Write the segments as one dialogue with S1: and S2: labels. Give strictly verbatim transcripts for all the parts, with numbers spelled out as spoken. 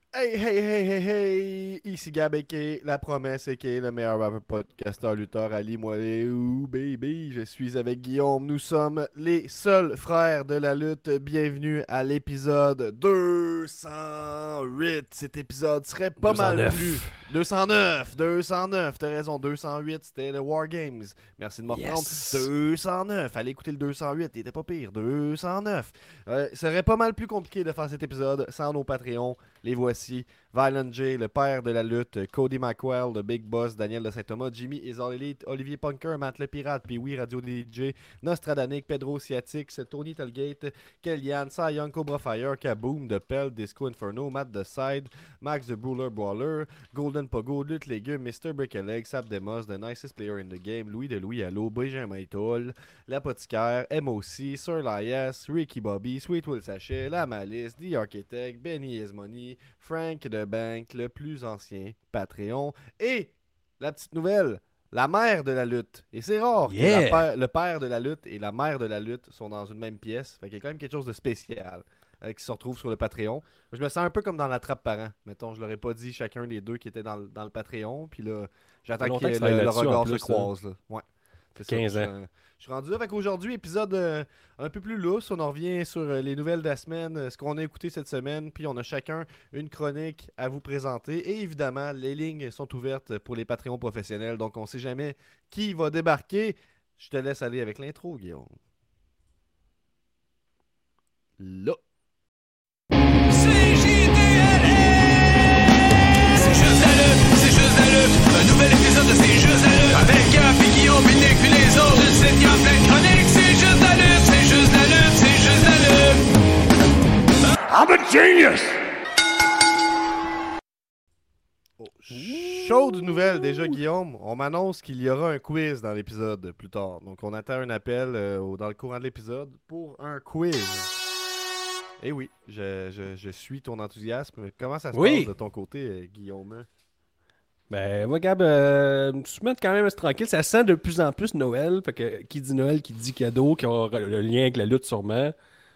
S1: Hey, hey, hey, hey, hey! Ici Gab aka La Promesse aka le meilleur rapper podcasteur lutteur Ali Moilé ou baby. Je suis avec Guillaume. Nous sommes les seuls frères de la lutte. Bienvenue à l'épisode deux cent huit. Cet épisode serait pas mal plus.
S2: deux cent neuf.
S1: deux cent neuf, deux cent neuf, t'as raison, deux cent huit, c'était le War Games. Merci de me reprendre.
S2: Yes.
S1: deux cent neuf, allez écouter le deux cent huit, il était pas pire. deux cent neuf. Euh, ce serait pas mal plus compliqué de faire cet épisode sans nos Patreons. Les voici. Violent J, le père de la lutte, Cody McWell, le Big Boss, Daniel de Saint-Thomas, Jimmy is All Elite, Olivier Punker, Matt le Pirate, puis oui, Radio D J, Nostradanic, Pedro Siatix, Tony Telgate, Kellyanne, Cy Young, Cobra Fire, Kaboom, The Pelt, Disco Inferno, Matt The Side, Max the Brawler Brawler, Golden Pogo, Lutte Légumes, mister Brick a Leg, Sap Demos, The Nicest Player in the Game, Louis de Louis Allo, Benjamin Toll, L'Apothicaire, M O C, Sir Lias, Ricky Bobby, Sweet Will Sachet, La Malice, The Architect, Benny Is Money, Frank the Bank, le plus ancien Patreon, et la petite nouvelle, la mère de la lutte. Et c'est rare que la
S2: Yeah.
S1: père- le père de la lutte et la mère de la lutte sont dans une même pièce. Fait qu'il y a quand même quelque chose de spécial euh, qui se retrouve sur le Patreon. Je me sens un peu comme dans la trappe parent. Mettons, je leur ai pas dit chacun des deux qui étaient dans, le- dans le Patreon. Puis là,
S2: Ça
S1: j'attends
S2: fait
S1: que
S2: longtemps que tu
S1: le,
S2: travailles
S1: le
S2: là-dessus, en
S1: regard se
S2: plus, hein.
S1: croise. Là. Ouais, c'est ça. Je
S2: quinze
S1: suis,
S2: ans.
S1: euh, je suis rendu là. Fait qu'aujourd'hui, épisode euh, un peu plus lousse. On en revient sur euh, les nouvelles de la semaine, euh, ce qu'on a écouté cette semaine. Puis on a chacun une chronique à vous présenter. Et évidemment, les lignes sont ouvertes pour les Patreons professionnels. Donc on sait jamais qui va débarquer. Je te laisse aller avec l'intro, Guillaume. Là.
S3: C'est J D L S. C'est juste la lutte, c'est juste la lutte. Un nouvel épisode de C'est juste la lutte. Avec Gap et Guillaume, puis Nick, puis les autres. Une sitcom pleine de chroniques. C'est juste la lutte, c'est juste la lutte, c'est juste la lutte.
S4: I'm a genius!
S1: Oh, chaude nouvelle déjà, Guillaume. On m'annonce qu'il y aura un quiz dans l'épisode plus tard. Donc, on attend un appel euh, au- dans le courant de l'épisode pour un quiz. Et oui, je, je- je suis ton enthousiasme. Comment ça se
S2: Oui.
S1: passe de ton côté, euh, Guillaume?
S2: Ben, moi, Gab, euh, une semaine quand même assez tranquille. Ça sent de plus en plus Noël. Fait que qui dit Noël, qui dit cadeau, qui aura le lien avec la lutte sûrement.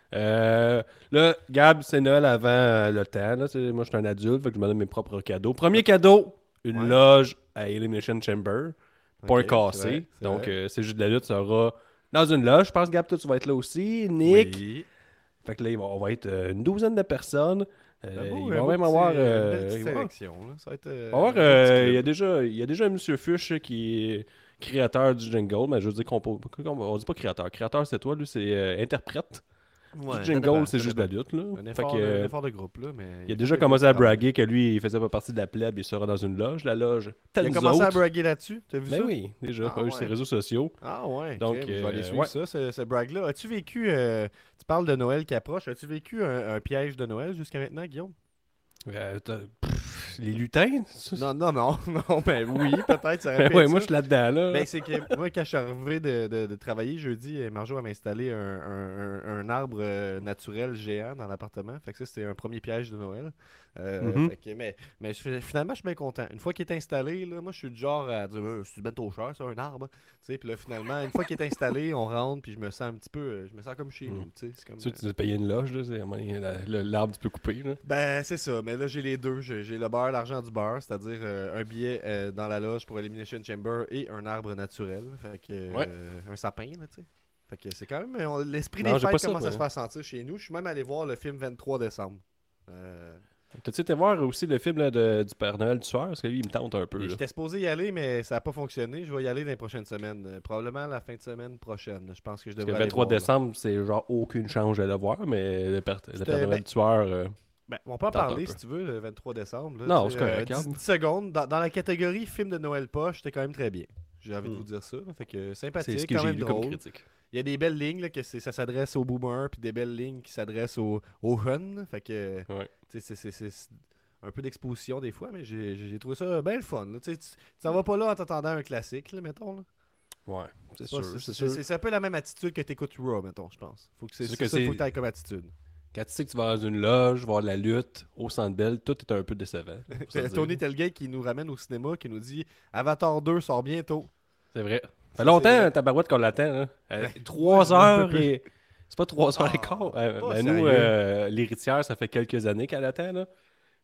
S2: Euh, là, Gab, c'est Noël avant euh, le temps. Là. C'est- Moi, je suis un adulte, fait que je me donne mes propres cadeaux. Premier cadeau, une
S1: Ouais.
S2: loge à Elimination Chamber. Pas
S1: Ok,
S2: un
S1: c'est
S2: cassé.
S1: vrai, c'est
S2: Donc,
S1: vrai.
S2: euh, c'est juste de la lutte, ça sera dans une loge. Je pense, Gab, toi, tu vas être là aussi. Nick.
S1: Oui.
S2: Fait que là, il va- on va être euh, une douzaine de personnes. Euh,
S1: Un beau-
S2: il
S1: un
S2: va
S1: beau
S2: même
S1: petit-
S2: avoir.
S1: une
S2: euh,
S1: belle petite
S2: il va-
S1: sélection. Là. Ça va être. euh,
S2: il va avoir,
S1: un beau petit
S2: euh,
S1: club.
S2: il y a déjà, il y a déjà M. Fuchs qui est créateur du jingle, mais je veux dire qu'on peut- on dit pas créateur. Créateur, c'est toi, lui, c'est euh, interprète.
S1: Ouais,
S2: Du
S1: ça
S2: jingle,
S1: dépend,
S2: c'est
S1: ça
S2: juste de la
S1: dépend.
S2: lutte. Là.
S1: Un
S2: Fait
S1: effort,
S2: que,
S1: un
S2: euh,
S1: effort de groupe, là. Mais
S2: il a
S1: faut
S2: déjà
S1: que
S2: commencé
S1: le
S2: à
S1: travail.
S2: braguer que lui, il faisait pas partie de la plèbe, il sera dans une loge. La loge,
S1: Il
S2: tel
S1: a
S2: nous
S1: commencé à
S2: autres.
S1: braguer là-dessus. T'as vu
S2: Ben
S1: ça?
S2: oui, déjà,
S1: Ah
S2: pas eu ses
S1: ouais.
S2: réseaux sociaux.
S1: Ah ouais,
S2: Donc,
S1: crème, je vais aller
S2: euh,
S1: suivre
S2: ouais.
S1: ça, ce, ce brag-là. As-tu vécu, euh, tu parles de Noël qui approche, as-tu vécu un, un piège de Noël jusqu'à maintenant, Guillaume?
S2: Euh, t'as- pff, les lutins?
S1: Non, non, non, non, ben oui, peut-être, ça aurait
S2: Ben
S1: pu
S2: ouais,
S1: être
S2: moi,
S1: ça.
S2: je suis là-dedans, là.
S1: Ben, c'est que moi, quand je suis arrivé de, de- de travailler jeudi, euh, Marjo m'a installé un, un- un- un arbre euh, naturel géant dans l'appartement. Fait que ça, c'était un premier piège de Noël. Euh,
S2: Mhm.
S1: fait que- mais mais je- finalement, je suis bien content. Une fois qu'il est installé, là, moi, je suis du genre à dire Euh, c'est bien trop cher, ça, un arbre. Tu sais, puis là, finalement, une fois qu'il est installé, on rentre, puis je me sens un petit peu, euh, je me sens comme chez
S2: Mhm.
S1: nous. Tu sais, c'est comme,
S2: Tu sais,
S1: euh,
S2: tu as payé une loge, là, c'est à un moment donné, la- le- l'arbre, tu peux couper, là.
S1: ben, c'est ça. Mais là, j'ai les deux. J'ai j'ai le beurre, l'argent du beurre, c'est-à-dire euh, un billet euh, dans la loge pour Elimination Chamber et un arbre naturel. Fait que, euh,
S2: Ouais.
S1: un sapin, là, tu sais. Fait que c'est quand même. on- L'esprit
S2: Non,
S1: des
S2: j'ai pas
S1: fêtes
S2: ça,
S1: commence à
S2: moi.
S1: se faire sentir chez nous. Je suis même allé voir le film vingt-trois décembre. Euh,
S2: T'as-tu été voir aussi le film là, de- du Père Noël du soir? Parce que lui, il me tente un peu.
S1: et
S2: Là.
S1: J'étais supposé y aller, mais ça n'a pas fonctionné. Je vais y aller dans les prochaines semaines. Euh, probablement la fin de semaine prochaine. Je pense que je
S2: Parce
S1: devrais
S2: que le
S1: aller
S2: vingt-trois
S1: voir, là.
S2: décembre, c'est genre aucune chance de le voir, mais le Père, le
S1: C'était-
S2: Père Noël
S1: ben,
S2: du soir. euh,
S1: Ben, on peut en
S2: Tente un
S1: parler
S2: peu.
S1: si tu veux, le vingt-trois décembre. là,
S2: Non,
S1: tu sais,
S2: c'est correct,
S1: euh,
S2: regarde.
S1: dix, dix secondes. Dans, dans la catégorie film de Noël poche, j'étais quand même très bien. J'ai envie de
S2: Hmm.
S1: vous dire ça. Fait que
S2: c'est
S1: sympathique,
S2: ce que
S1: quand
S2: j'ai
S1: même
S2: lu comme
S1: drôle.
S2: critique.
S1: Il y a des belles lignes là, que c'est- ça s'adresse aux boomers, puis des belles lignes qui s'adressent aux, aux jeunes. Fait que
S2: Ouais.
S1: tu sais, c'est c'est- c'est- c'est un peu d'exposition des fois, mais j'ai j'ai trouvé ça bien le fun. Là. Tu sais, tu tu t'en vas pas là en t'attendant un classique, là, mettons. Là.
S2: Ouais, c'est
S1: C'est pas-
S2: sûr.
S1: c'est-
S2: C'est
S1: c'est-
S2: sûr.
S1: c'est un peu la même attitude que t'écoutes Raw, mettons, je pense. Faut que c'est
S2: C'est sûr
S1: c'est
S2: que
S1: ça qu'il
S2: c'est-
S1: faut que t'ailles comme attitude.
S2: Quand tu sais que tu vas dans une loge, voir de la lutte, au Centre Bell, tout est un peu décevant. pour se
S1: C'est
S2: dire.
S1: Tony Telgate qui nous ramène au cinéma, qui nous dit Avatar deux sort bientôt.
S2: C'est vrai. Ça fait
S1: c'est
S2: longtemps,
S1: vrai.
S2: ta barouette qu'on l'attend. Hein. Euh,
S1: Ben,
S2: trois
S1: ouais, un peu
S2: heures
S1: plus.
S2: et... C'est pas trois heures et
S1: Ah,
S2: quart. Euh,
S1: pas
S2: ben, nous,
S1: sérieux.
S2: euh, l'héritière, ça fait quelques années qu'elle attend. Là.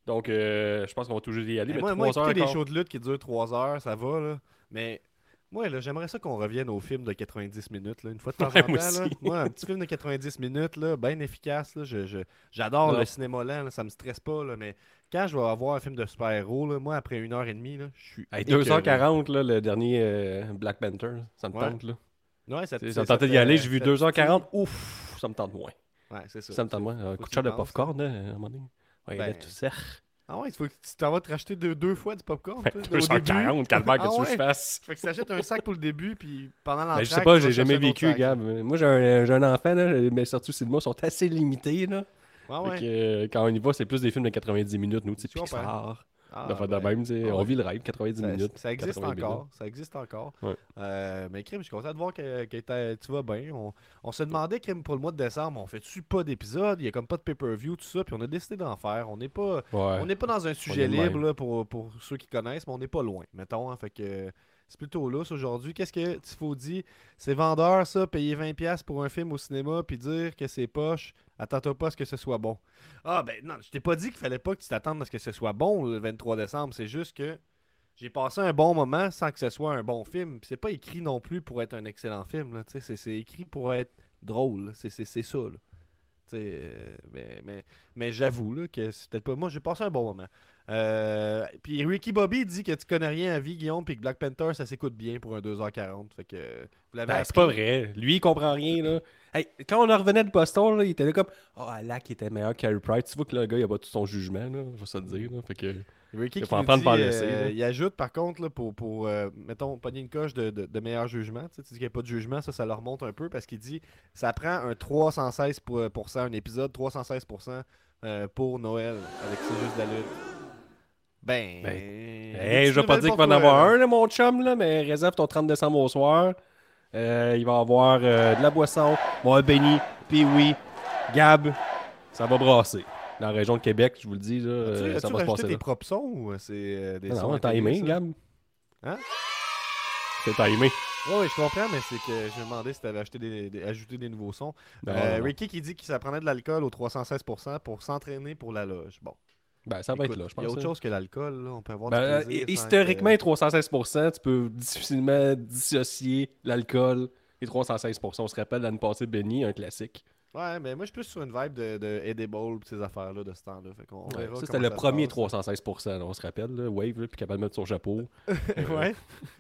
S2: Donc, euh, je pense qu'on va toujours y aller.
S1: Mais
S2: Mais
S1: moi, moi,
S2: trois heures
S1: écouter
S2: et
S1: des
S2: quart.
S1: shows de lutte qui durent trois heures, ça va, là. Mais moi, là, j'aimerais ça qu'on revienne aux films de quatre-vingt-dix minutes, là, une fois de temps
S2: Ouais,
S1: en temps.
S2: moi
S1: Là.
S2: aussi.
S1: Moi, un petit film de quatre-vingt-dix minutes, là, bien efficace. Là, je, je- j'adore
S2: Non.
S1: le cinéma lent, là, ça me stresse pas. Là, mais quand je vais avoir un film de super-héros, là, moi, après une heure et demie, là, je suis.
S2: Hey,
S1: écœuré.
S2: deux heures quarante, là, le dernier euh, Black Panther, ça me
S1: Ouais.
S2: tente. Là.
S1: Ouais, ça, te-
S2: Ça me
S1: ça
S2: tentait
S1: te
S2: d'y aller,
S1: fait-
S2: j'ai vu
S1: ça te
S2: deux heures quarante.
S1: titille.
S2: Ouf, ça me tente moins.
S1: Ouais, c'est ça.
S2: Ça me tente moins. Un
S1: Faut
S2: coup de
S1: que
S2: chat
S1: tu
S2: de
S1: y penses,
S2: popcorn, là, à un moment donné. Ouais,
S1: Ben,
S2: là, tout serre.
S1: Ah ouais, il faut que tu t'en vas te racheter deux, deux fois du popcorn. toi, au
S2: deux heures quarante,
S1: début.
S2: calvaire,
S1: Ah
S2: qu'est-ce que
S1: ouais?
S2: je fasse?
S1: Fait que tu achètes un sac pour le début, puis pendant l'entracte.
S2: Ben, je sais pas,
S1: tu
S2: j'ai
S1: vas
S2: jamais
S1: chercher un autre
S2: vécu,
S1: sac,
S2: Gab. Moi, j'ai un, j'ai un enfant, là, mes sorties au cinéma sont assez limitées. Là.
S1: là. Ouais,
S2: Fait
S1: ouais.
S2: que, euh, quand on y va, c'est plus des films de quatre-vingt-dix minutes, nous, tu sais,
S1: Je comprends.
S2: Pixar.
S1: Ah,
S2: D'affaires de
S1: ben,
S2: même, tu sais,
S1: ah
S2: on
S1: ouais.
S2: vit le rêve, quatre-vingt-dix
S1: Ça,
S2: minutes.
S1: ça existe
S2: quatre-vingt minutes.
S1: encore. Ça existe encore.
S2: Ouais.
S1: Euh, mais Crime, je suis content de voir que, que t'as- tu vas bien. On, on se demandait, Crime, pour le mois de décembre, on fait-tu pas d'épisode? Il y a comme pas de pay-per-view, tout ça. Puis on a décidé d'en faire. On n'est pas,
S2: Ouais.
S1: on n'est pas dans un sujet
S2: est de même.
S1: libre là, pour, pour ceux qui connaissent, mais on n'est pas loin, mettons. Hein, fait que c'est plutôt lousse aujourd'hui. Qu'est-ce que Tifo dit? C'est vendeur, ça, payer vingt dollars pour un film au cinéma, puis dire que c'est poche. Attends-toi pas à ce que ce soit bon. Ah, ben non, je t'ai pas dit qu'il fallait pas que tu t'attendes à ce que ce soit bon le vingt-trois décembre. C'est juste que j'ai passé un bon moment sans que ce soit un bon film. Puis c'est pas écrit non plus pour être un excellent film. Là, tu sais, c'est, c'est écrit pour être drôle. là. C'est, c'est, c'est ça. Là. Tu sais, euh, mais, mais, mais j'avoue là, que c'est peut-être pas. Moi, j'ai passé un bon moment. Euh, puis Ricky Bobby dit que tu connais rien à vie, Guillaume, puis que Black Panther, ça s'écoute bien pour un deux heures quarante. Fait que euh, vous l'avez
S2: Ben, c'est
S1: appris.
S2: pas vrai. Lui, il comprend rien, là. Hey, quand on en revenait de Boston, là, il était là comme « Oh, Alak était meilleur que Carey Price. » Tu vois que le gars, il a pas tout son jugement, là. Je vais se le dire, là. Fait que...
S1: Ricky
S2: Il
S1: qui
S2: faut en
S1: nous
S2: prendre
S1: dit,
S2: par
S1: euh,
S2: laisser, là.
S1: il ajoute par contre là, pour, pour euh, mettons, pogner une coche de, de, de meilleur jugement. Tu sais, tu dis qu'il n'y a pas de jugement, ça, ça leur remonte un peu parce qu'il dit ça prend un trois cent seize pour cent un épisode, trois cent seize pour cent euh, pour Noël avec C'est juste de la lutte. Ben.
S2: Ben,
S1: des
S2: Hey,
S1: petites
S2: je vais pas
S1: nouvelles
S2: dire
S1: pour
S2: qu'il va en
S1: toi,
S2: avoir
S1: là.
S2: un, là, mon chum, là, mais réserve ton trente décembre au soir. Euh, il va y avoir euh, de la boisson, il va y avoir Benny, puis oui, Gab, ça va brasser. Dans la région de Québec, je vous le dis, là,
S1: As-tu,
S2: euh,
S1: as-tu
S2: ça va se
S1: rajouté
S2: passer
S1: tes
S2: là.
S1: propres sons ou c'est euh, des
S2: Ah
S1: sons
S2: non, t'as
S1: intégrés,
S2: aimé,
S1: ça?
S2: Gab?
S1: Hein?
S2: C'est timé.
S1: Oui, oui, je comprends, mais c'est que je me demandais si tu avais acheté des, des- ajouté des nouveaux sons.
S2: Non,
S1: Euh,
S2: non, non.
S1: Ricky qui dit que ça prenait de l'alcool au trois cent seize pour cent pour s'entraîner pour la loge. Bon.
S2: Ben, ça va
S1: Écoute,
S2: être là, je
S1: il y a
S2: pense.
S1: autre
S2: hein.
S1: chose que l'alcool, là. On peut avoir
S2: Ben,
S1: du plaisir.
S2: euh,
S1: sans
S2: historiquement,
S1: que-
S2: trois cent seize pour cent, tu peux difficilement dissocier l'alcool et trois cent seize pour cent. On se rappelle l'année passée, Benny, un classique.
S1: Ouais, mais moi, je suis plus sur une vibe de, de edible et ces affaires-là de ce temps-là. Fait qu'on
S2: Ouais,
S1: verra
S2: ça, c'était
S1: comment
S2: le
S1: se
S2: premier
S1: passe.
S2: trois cent seize pour cent, là, on se rappelle. Là, Wave, là, puis capable de mettre son chapeau.
S1: ouais.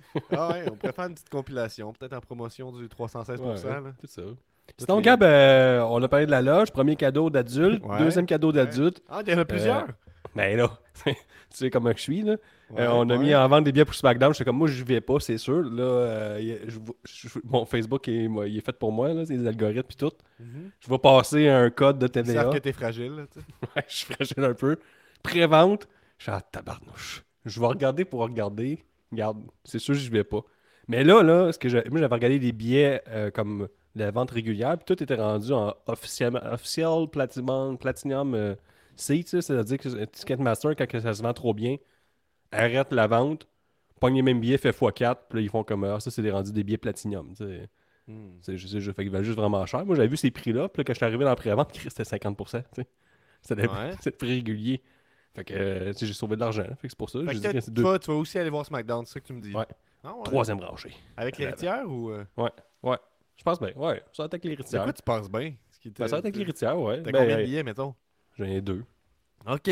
S1: Ah ouais, on pourrait faire une petite compilation, peut-être en promotion du trois cent seize pour cent.
S2: Ouais,
S1: là.
S2: c'est ça.
S1: Toutes
S2: Sinon,
S1: les-
S2: Gab, euh, on a parlé de la loge. Premier cadeau d'adulte,
S1: Ouais,
S2: deuxième cadeau d'adulte.
S1: Ah, il y en a plusieurs.
S2: Mais là, tu sais comment je suis, là.
S1: Ouais,
S2: Euh, on a
S1: ouais.
S2: mis en vente des billets pour SmackDown. J'étais comme, moi, je vais pas, c'est sûr. Là, euh, y a- je vois- je- mon Facebook, est, moi, il est fait pour moi, là, c'est les algorithmes et tout.
S1: Mhm.
S2: Je vais passer un code de
S1: Ils
S2: T V A.
S1: savent que t'es fragile, là, tu sais.
S2: Ouais, je suis fragile un peu. Pré-vente, je suis en tabarnouche. Je vais regarder pour regarder. Regarde, c'est sûr que je vais pas. Mais là, là, ce que j'ai- moi, j'avais regardé des billets euh, comme la vente régulière, puis tout était rendu en officiel, officiel platinum, platinum euh, seat, ça, c'est-à-dire que Ticketmaster, quand que ça se vend trop bien, arrête la vente, pogne les mêmes billets, fait fois quatre, puis là, ils font comme ah, ça, c'est des rendus des billets platinum. tu sais.
S1: Hmm.
S2: C'est juste, c'est juste- fait qu'ils valent juste vraiment cher. Moi, j'avais vu ces prix-là, puis là, quand je suis arrivé dans la pré-vente, c'était cinquante pour cent. tu sais. C'était le-
S1: Ouais.
S2: c'est le prix régulier. Fait que euh, tu sais, j'ai sauvé de l'argent. Fait que c'est pour ça.
S1: Fait
S2: Je
S1: que
S2: dis que
S1: toi,
S2: c'est
S1: tu,
S2: deux.
S1: vas, tu vas aussi aller voir SmackDown, c'est ça que tu me dis.
S2: Ouais.
S1: Ah ouais.
S2: Troisième rangée.
S1: Avec l'héritière ou. euh,
S2: Ouais. Je pense bien. Ouais. Ça va être avec
S1: De
S2: l'héritière.
S1: quoi tu penses bien? Ce qui
S2: Ben, ça va être avec
S1: t'as
S2: l'héritière, ouais.
S1: t'as
S2: Ben,
S1: combien de
S2: hey,
S1: billets, mettons?
S2: J'en ai deux.
S1: Ok.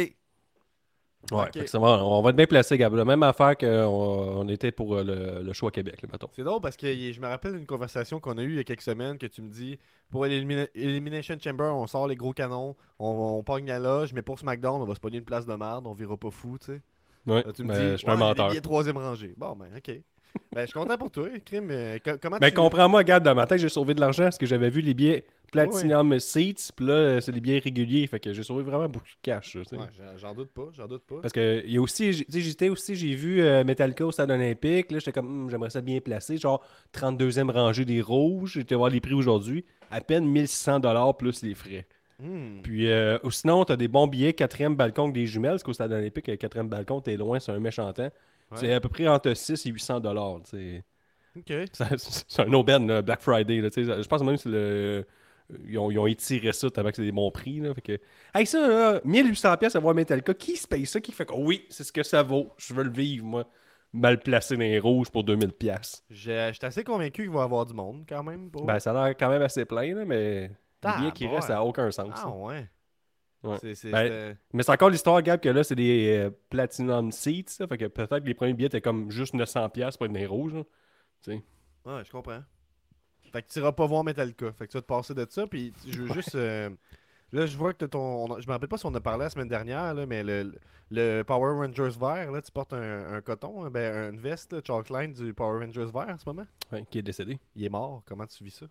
S2: Ouais.
S1: Ok.
S2: Fait que ça va, on va être bien placé, Gab. La même affaire qu'on on était pour euh, le, le choix Québec, là, mettons.
S1: C'est drôle parce que y- je me rappelle d'une conversation qu'on a eue il y a quelques semaines que tu me dis pour l'Elimina- Elimination Chamber, on sort les gros canons, on, on pogne la loge, mais pour SmackDown, on va se pogner une place de merde, on vira pas fou, tu sais.
S2: Ouais.
S1: Là, tu me
S2: Ben,
S1: dis,
S2: je suis un
S1: ouais,
S2: menteur.
S1: les billets troisième rangée. Bon, ben, ok. Ben, je suis content pour toi, Crime. euh, co- comment
S2: Ben,
S1: tu.
S2: comprends-moi, Gab, dans ma tête, j'ai sauvé de l'argent parce que j'avais vu les billets Platinum Seats, puis là, euh, c'est les billets réguliers. Fait que j'ai sauvé vraiment beaucoup de cash. là, tu sais.
S1: Ouais, j'en- j'en doute pas, j'en doute pas.
S2: Parce que il y a aussi, j- tu sais, j'étais aussi, j'ai vu euh, Metallica au Stade Olympique. Là, j'étais comme, Hum, j'aimerais ça bien placer. Genre, trente-deuxième rangée des rouges. J'étais voir les prix aujourd'hui. À peine mille six cents dollars plus les frais.
S1: Hmm.
S2: Puis, euh, ou sinon, t'as des bons billets, quatrième balcon avec des jumelles. Parce qu'au Stade Olympique, le quatrième balcon, t'es loin, c'est un méchant temps.
S1: Ouais.
S2: C'est à peu près entre six et huit cents dollars.
S1: Ok.
S2: C'est un aubaine, là, Black Friday. Là, tu sais. Je pense même que c'est le, ils, ont, ils ont étiré ça tellement que c'est des bons prix. Là, fait que, hey, ça, là, mille huit cents pièces à voir Metallica, qui se paye ça? Qui fait que oui, c'est ce que ça vaut. Je veux le vivre, moi. Mal placé dans les rouges pour deux mille pièces.
S1: Je suis assez convaincu qu'il va y avoir du monde quand même. Pour...
S2: Ben, ça a l'air quand même assez plein, là, mais
S1: Ah,
S2: le lien qui
S1: bon,
S2: reste,
S1: ouais.
S2: ça n'a aucun sens.
S1: Ah
S2: ça.
S1: ouais.
S2: Ouais.
S1: C'est, c'est,
S2: Ben,
S1: c'était-
S2: mais c'est encore l'histoire, Gab, que là, c'est des euh, Platinum Seats. Ça, fait que peut-être que les premiers billets étaient comme juste neuf cents pièces pour être dans les rouges. Là. Tu sais.
S1: Ouais, je comprends. Fait que tu iras pas voir Metallica. Fait que tu vas te passer de ça. Puis je veux juste. euh, Là, je vois que t'as ton. on a- Je me rappelle pas si on a parlé la semaine dernière, là, mais le, le Power Rangers vert, là, tu portes un, un coton, hein, ben, une veste, là, Chalkline du Power Rangers vert en ce moment.
S2: Ouais, qui est décédé.
S1: Il est mort. Comment tu vis ça?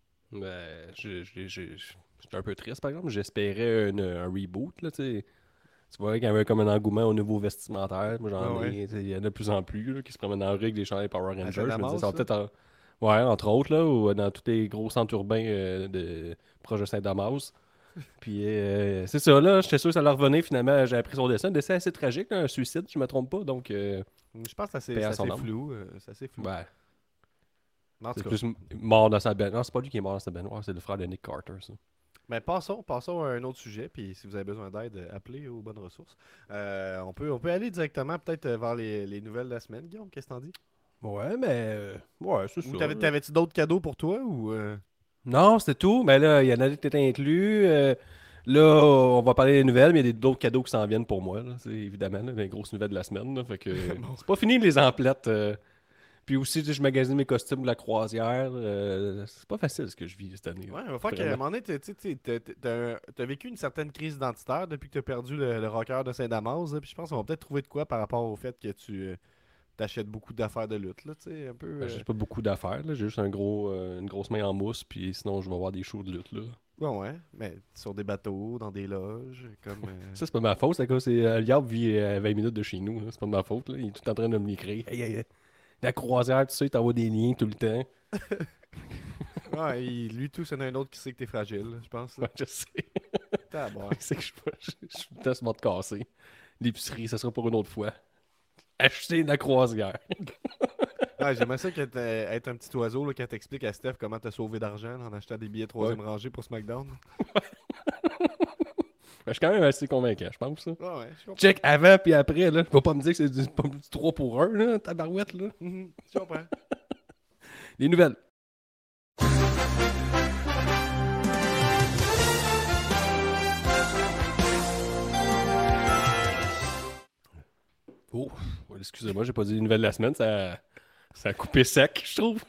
S2: Ben, je- je- je- je- j'étais un peu triste, par exemple. J'espérais une- un reboot. Là, tu sais. Tu vois qu'il y avait comme un engouement au niveau vestimentaire. Moi, j'en
S1: Ah
S2: ai. tu sais, Il y en a de plus en plus là, qui se promènent en rue avec des chandails Power Rangers. Je me
S1: Saint-Damas,
S2: disais, ça va
S1: ça?
S2: peut-être en- Ouais, entre autres, là, ou dans tous les gros centres urbains euh, de proche de Saint-Damas. Puis euh, c'est ça, là. J'étais sûr que ça leur revenait. Finalement, j'ai appris son dessin. Un décès assez tragique, là, un suicide, je me trompe pas. Donc, euh,
S1: Je pense que c'est assez,
S2: Paix à
S1: c'est
S2: son
S1: assez
S2: âme.
S1: flou. euh, c'est assez flou.
S2: ouais,
S1: Mais en tout
S2: c'est
S1: cas,
S2: plus m- mort dans sa baignoire. Non, c'est pas lui qui est mort dans sa baignoire, c'est le frère de Nick Carter, ça.
S1: mais passons, passons à un autre sujet. Puis si vous avez besoin d'aide, euh, appelez aux bonnes ressources. Euh, on, peut, on peut aller directement peut-être euh, vers les, les nouvelles de la semaine, Guillaume. Qu'est-ce que t'en dis?
S2: Ouais, mais. euh, ouais, c'est
S1: Ou
S2: ça.
S1: t'avais-
S2: là.
S1: t'avais-tu d'autres cadeaux pour toi ou euh,
S2: Non, c'était tout. Mais là, il y en a qui étaient inclus. Euh, là, on va parler des nouvelles, mais il y a des- d'autres cadeaux qui s'en viennent pour moi. Là, c'est évidemment là, les grosses nouvelles de la semaine. Là, fait que c'est pas fini les emplettes. euh. Puis aussi, tu sais, je magasine mes costumes de la croisière. euh, c'est pas facile ce que je vis cette année.
S1: Ouais, il va falloir qu'à un
S2: Vraiment.
S1: moment donné, tu sais, tu sais, t'as- t'as t'as vécu une certaine crise identitaire depuis que tu as perdu le, le rocker de Saint-Damas. là, Puis je pense qu'on va peut-être trouver de quoi par rapport au fait que tu euh, t'achètes beaucoup d'affaires de lutte. Là, tu sais, un peu.
S2: Ben,
S1: euh,
S2: j'ai pas beaucoup d'affaires. là. J'ai juste un gros, euh, une grosse main en mousse. Puis sinon, je vais avoir des shows de lutte. Là.
S1: Bon, ouais, mais sur des bateaux, dans des loges, comme. euh,
S2: Ça, c'est pas ma faute. C'est que c'est euh, Liab vit à vingt minutes de chez nous. là. C'est pas de ma faute. Là. Il est tout en train de me l'écrire. Hey, hey, hey. La croisière, tu sais, il t'envoie des liens tout le temps.
S1: Ouais, il- lui tout, c'est un autre qui sait que t'es fragile, je pense. là.
S2: Ouais, je sais.
S1: Tabarnak.
S2: C'est que je, je, je suis tout le temps sur le bord de casser. L'épicerie, ça sera pour une autre fois. Acheter de la croisière.
S1: Ouais, j'aimerais ça que t'a- être un petit oiseau là, quand t'expliques à Steph comment t'as sauvé d'argent là, en achetant des billets troisième rangée pour SmackDown.
S2: Ben, je suis quand même assez convaincant, je pense. Ça.
S1: Ouais, ouais, je comprends.
S2: Check avant puis après. Là. Tu vas pas me dire que c'est du, pas du trois pour un, là, tabarouette. Là.
S1: Mhm, je comprends.
S2: Les nouvelles. Oh, ouais, excusez-moi, j'ai pas dit les nouvelles de la semaine. Ça, ça a coupé sec, je trouve.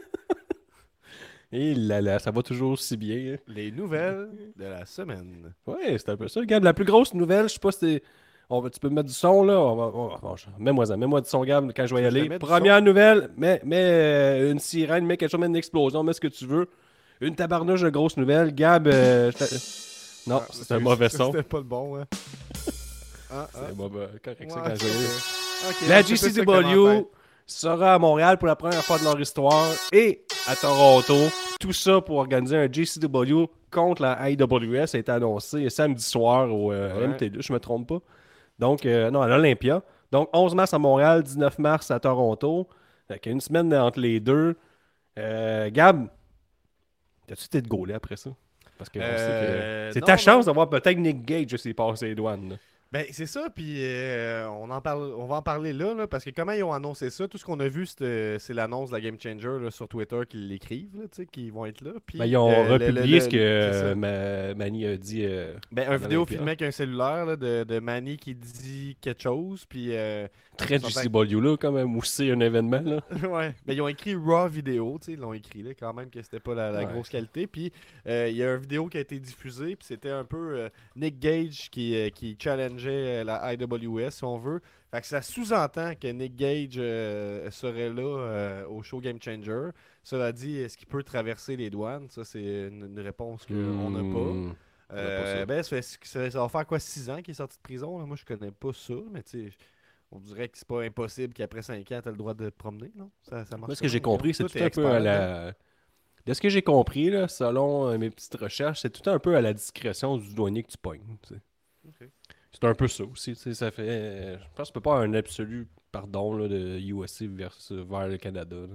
S2: Et là là, ça va toujours si bien. hein.
S1: Les nouvelles de la semaine.
S2: Ouais, c'est un peu ça. Regarde, la plus grosse nouvelle, je sais pas si c'est. On va, tu peux me mettre du son là. On va, on va- bon, je- mets-moi ça. Mets-moi du son, Gab, quand je vais y
S1: Je te
S2: aller.
S1: mets du
S2: Première nouvelle, mets, mets euh, une sirène, mets quelque chose, mets une explosion, mets ce que tu veux. Une tabarnouche de grosse nouvelle. Gab, euh, je t'a- non,
S1: Ah,
S2: c'est un mauvais son.
S1: C'était pas le bon, hein. Ah, ah.
S2: C'est mauvais. Correct, ça,
S1: Ouais,
S2: quand je
S1: c'est-
S2: vais-
S1: Ok,
S2: La
S1: donc c'est plus ça que
S2: G C
S1: t'avais en
S2: W
S1: tête.
S2: sera à Montréal pour la première fois de leur histoire et à Toronto. Tout ça pour organiser un G C W contre la I W S. Ça a été annoncé samedi soir au euh,
S1: Ouais.
S2: M T deux, je me trompe pas. Donc, euh, non, à l'Olympia. Donc, onze mars à Montréal, dix-neuf mars à Toronto. Fait qu'il y a une semaine entre les deux. Euh, Gab, t'as-tu été de gauler après ça? Parce que on sait
S1: Euh,
S2: que c'est
S1: non,
S2: ta
S1: non.
S2: chance d'avoir peut-être Nick Gage s'est passé les douanes. là.
S1: Ben, c'est ça, puis euh, on, en parle, on va en parler là, là, parce que comment ils ont annoncé ça, tout ce qu'on a vu, c'était- c'est l'annonce de la Game Changer là, sur Twitter qu'ils l'écrivent, là, tu sais, qu'ils vont être là. Puis,
S2: Ben, ils ont
S1: euh, le-
S2: republié
S1: le-
S2: ce que
S1: le- c'est ça.
S2: euh, Ma- Manny a dit. euh,
S1: Ben, un
S2: à
S1: vidéo
S2: l'Olympia.
S1: filmé avec un cellulaire là, de, de Manny qui dit quelque chose, puis... euh,
S2: Très
S1: Ça
S2: G
S1: fait-
S2: C W là, quand même, où c'est un événement. Là.
S1: ouais, mais ils ont écrit Raw vidéo, tu sais, ils l'ont écrit là, quand même que c'était pas la, la
S2: Ouais.
S1: grosse qualité. Puis euh, il y a une vidéo qui a été diffusée, puis c'était un peu euh, Nick Gage qui, euh, qui challengeait euh, la I W S, si on veut. Fait que ça sous-entend que Nick Gage euh, serait là euh, au show Game Changer. Cela dit, est-ce qu'il peut traverser les douanes? Ça, c'est une, une réponse qu'on n'a pas.
S2: Hmm. On a
S1: Euh,
S2: pas ça.
S1: ben, ça, fait- ça- ça va faire quoi, six ans qu'il est sorti de prison? Là? Moi, je connais pas ça, mais tu sais, on dirait que c'est pas impossible qu'après cinq ans, tu as le droit de te promener, non? Ça, ça marche
S2: Moi, ce que j'ai
S1: comment,
S2: compris, c'est
S1: Toi,
S2: tout
S1: t'es
S2: un peu
S1: expert
S2: à
S1: là-dedans.
S2: la. De ce que j'ai compris, là, selon euh, mes petites recherches, c'est tout un peu à la discrétion du douanier que tu pognes. tu sais.
S1: Ok.
S2: C'est un peu ça aussi. tu sais, Ça fait. euh, Je pense que tu peux pas avoir un absolu pardon là, de U S C vers, vers le Canada. là.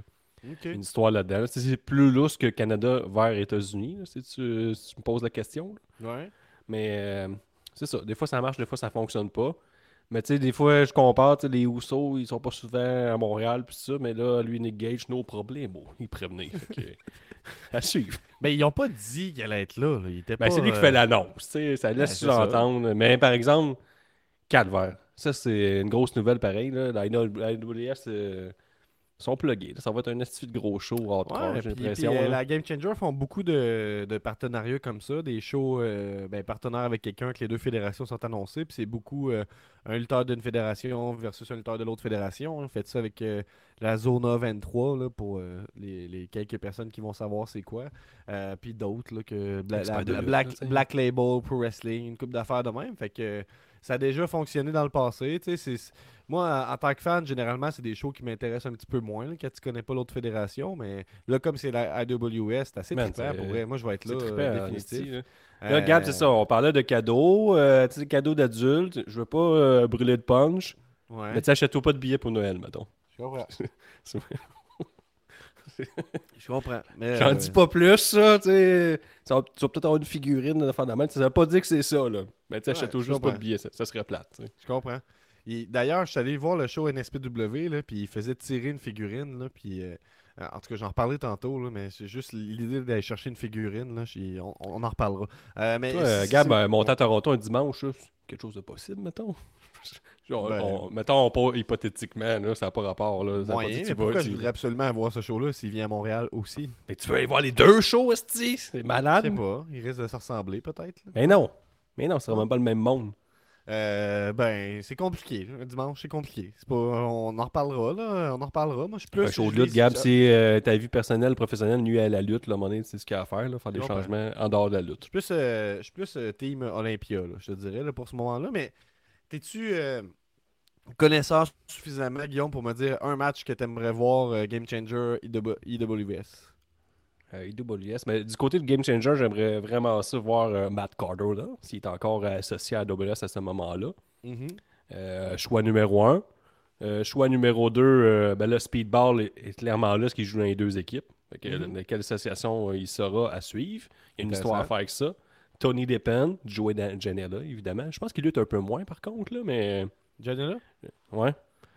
S1: Ok.
S2: une histoire là-dedans. là. C'est c'est plus lousse que Canada vers États-Unis, là, si, tu, si tu me poses la question. là.
S1: Ouais.
S2: Mais euh, c'est ça. Des fois, ça marche, des fois, ça fonctionne pas. Mais tu sais, des fois, je compare, tu sais, les Usos, ils sont pas souvent à Montréal, pis ça, mais là, lui, Nick Gage, no problème. Bon, il prévenait. Fait que, à suivre.
S1: Ben, ils ont pas dit qu'il allait être là. là. Il était
S2: Ben,
S1: pas,
S2: c'est lui qui
S1: euh,
S2: fait l'annonce, tu sais, ça
S1: ben,
S2: laisse
S1: c'est ça.
S2: sous-entendre. Mais par exemple, Calvaire. Ça, c'est une grosse nouvelle pareil. Là. La I W S euh, sont pluggés. là. Ça va être un esti de gros show hardcore,
S1: Ouais,
S2: j'ai
S1: puis, puis,
S2: l'impression.
S1: euh,
S2: là.
S1: la Game Changer font beaucoup de, de partenariats comme ça, des shows euh, ben, partenaires avec quelqu'un que les deux fédérations sont annoncées, puis c'est beaucoup euh, un lutteur d'une fédération versus un lutteur de l'autre fédération. On fait ça avec euh, la Zona vingt-trois là, pour euh, les, les quelques personnes qui vont savoir c'est quoi. Euh, puis d'autres là, que Bla-
S2: Expert
S1: la-
S2: de
S1: la
S2: lutte,
S1: Black,
S2: là, tu sais.
S1: Black Label Pro Wrestling, une coupe d'affaires de même. Fait que ça a déjà fonctionné dans le passé. tu sais, c'est- Moi, en en tant que fan, généralement, c'est des shows qui m'intéressent un petit peu moins là, quand tu connais pas l'autre fédération. Mais là, comme c'est la I W S, c'est assez
S2: Man,
S1: trippant
S2: c'est-
S1: pour vrai. Moi, je vais être
S2: C'est
S1: là,
S2: trippant,
S1: euh,
S2: en
S1: définitif.
S2: esti, là.
S1: Euh,
S2: Là, regarde, c'est ça. On parlait de cadeaux. euh, tu sais, cadeaux d'adultes. Je veux pas euh, brûler de punch.
S1: Ouais,
S2: Mais tu sais, achète-toi pas de billets pour Noël, mettons.
S1: je comprends.
S2: C'est-
S1: Je comprends. Mais,
S2: J'en
S1: euh,
S2: dis pas plus, ça, tu sais. Ça va- Tu vas peut-être avoir une figurine de faire de la main. Ça veut pas dire que c'est ça, là. Mais tu sais,
S1: Ouais,
S2: achète-toi
S1: je
S2: juste pas de
S1: comprends.
S2: billets. Ça, ça serait plate, tu sais.
S1: Je comprends. Il- D'ailleurs, je suis allé voir le show N S P W, là, puis il faisait tirer une figurine, là, puis euh, en tout cas, j'en reparlerai tantôt, là, mais c'est juste l'idée d'aller chercher une figurine, là, j'y- on, on en reparlera. Euh, mais
S2: Toi, euh,
S1: c'est-
S2: Gab,
S1: c'est-
S2: euh, monter à Toronto un dimanche, là, c'est quelque chose de possible, mettons. Genre,
S1: Ben,
S2: on- mettons, pas hypothétiquement, là, ça n'a pas rapport. Là, ça a pas
S1: moyen,
S2: dit que
S1: mais
S2: tu vas,
S1: pourquoi
S2: tu-
S1: je voudrais absolument voir ce show-là s'il vient à Montréal aussi?
S2: Mais tu veux aller voir les deux shows, esti? C'est
S1: Je
S2: malade.
S1: sais pas, il risque de se ressembler peut-être. là.
S2: Mais non. Mais non, c'est vraiment pas le même monde.
S1: Euh, ben, c'est compliqué. Un dimanche, c'est compliqué. C'est pas, on en reparlera, là. On en reparlera. Moi, je suis plus.
S2: Un show de
S1: je
S2: lutte,
S1: vis-
S2: Gab,
S1: je-
S2: c'est euh, ta vie personnelle, professionnelle, nuit à la lutte, là, à un moment donné, c'est ce qu'il y a à faire, là, faire des
S1: Je comprends.
S2: changements en dehors de la lutte.
S1: Je suis plus, euh, je suis plus euh, team Olympia, là, je te dirais, là, pour ce moment-là. Mais t'es-tu euh, connaisseur suffisamment, Guillaume, pour me dire un match que t'aimerais voir euh, Game Changer I W S?
S2: Euh, I W S. Mais du côté de Game Changer, j'aimerais vraiment ça voir euh, Matt Carter, là, s'il est encore euh, associé à W S à ce moment-là.
S1: Mhm.
S2: Euh, choix numéro un. Euh, choix numéro deux, euh, ben là, Speedball est, est clairement là, ce qui joue dans les deux équipes. Fait que,
S1: Mhm.
S2: de quelle association euh, il sera à suivre. Il y a une
S1: Intéressant.
S2: histoire à faire avec ça. Tony Deppen, Joey Dan- Janela, évidemment. Je pense qu'il lutte un peu moins, par contre, là, mais...
S1: Janela?
S2: Ouais.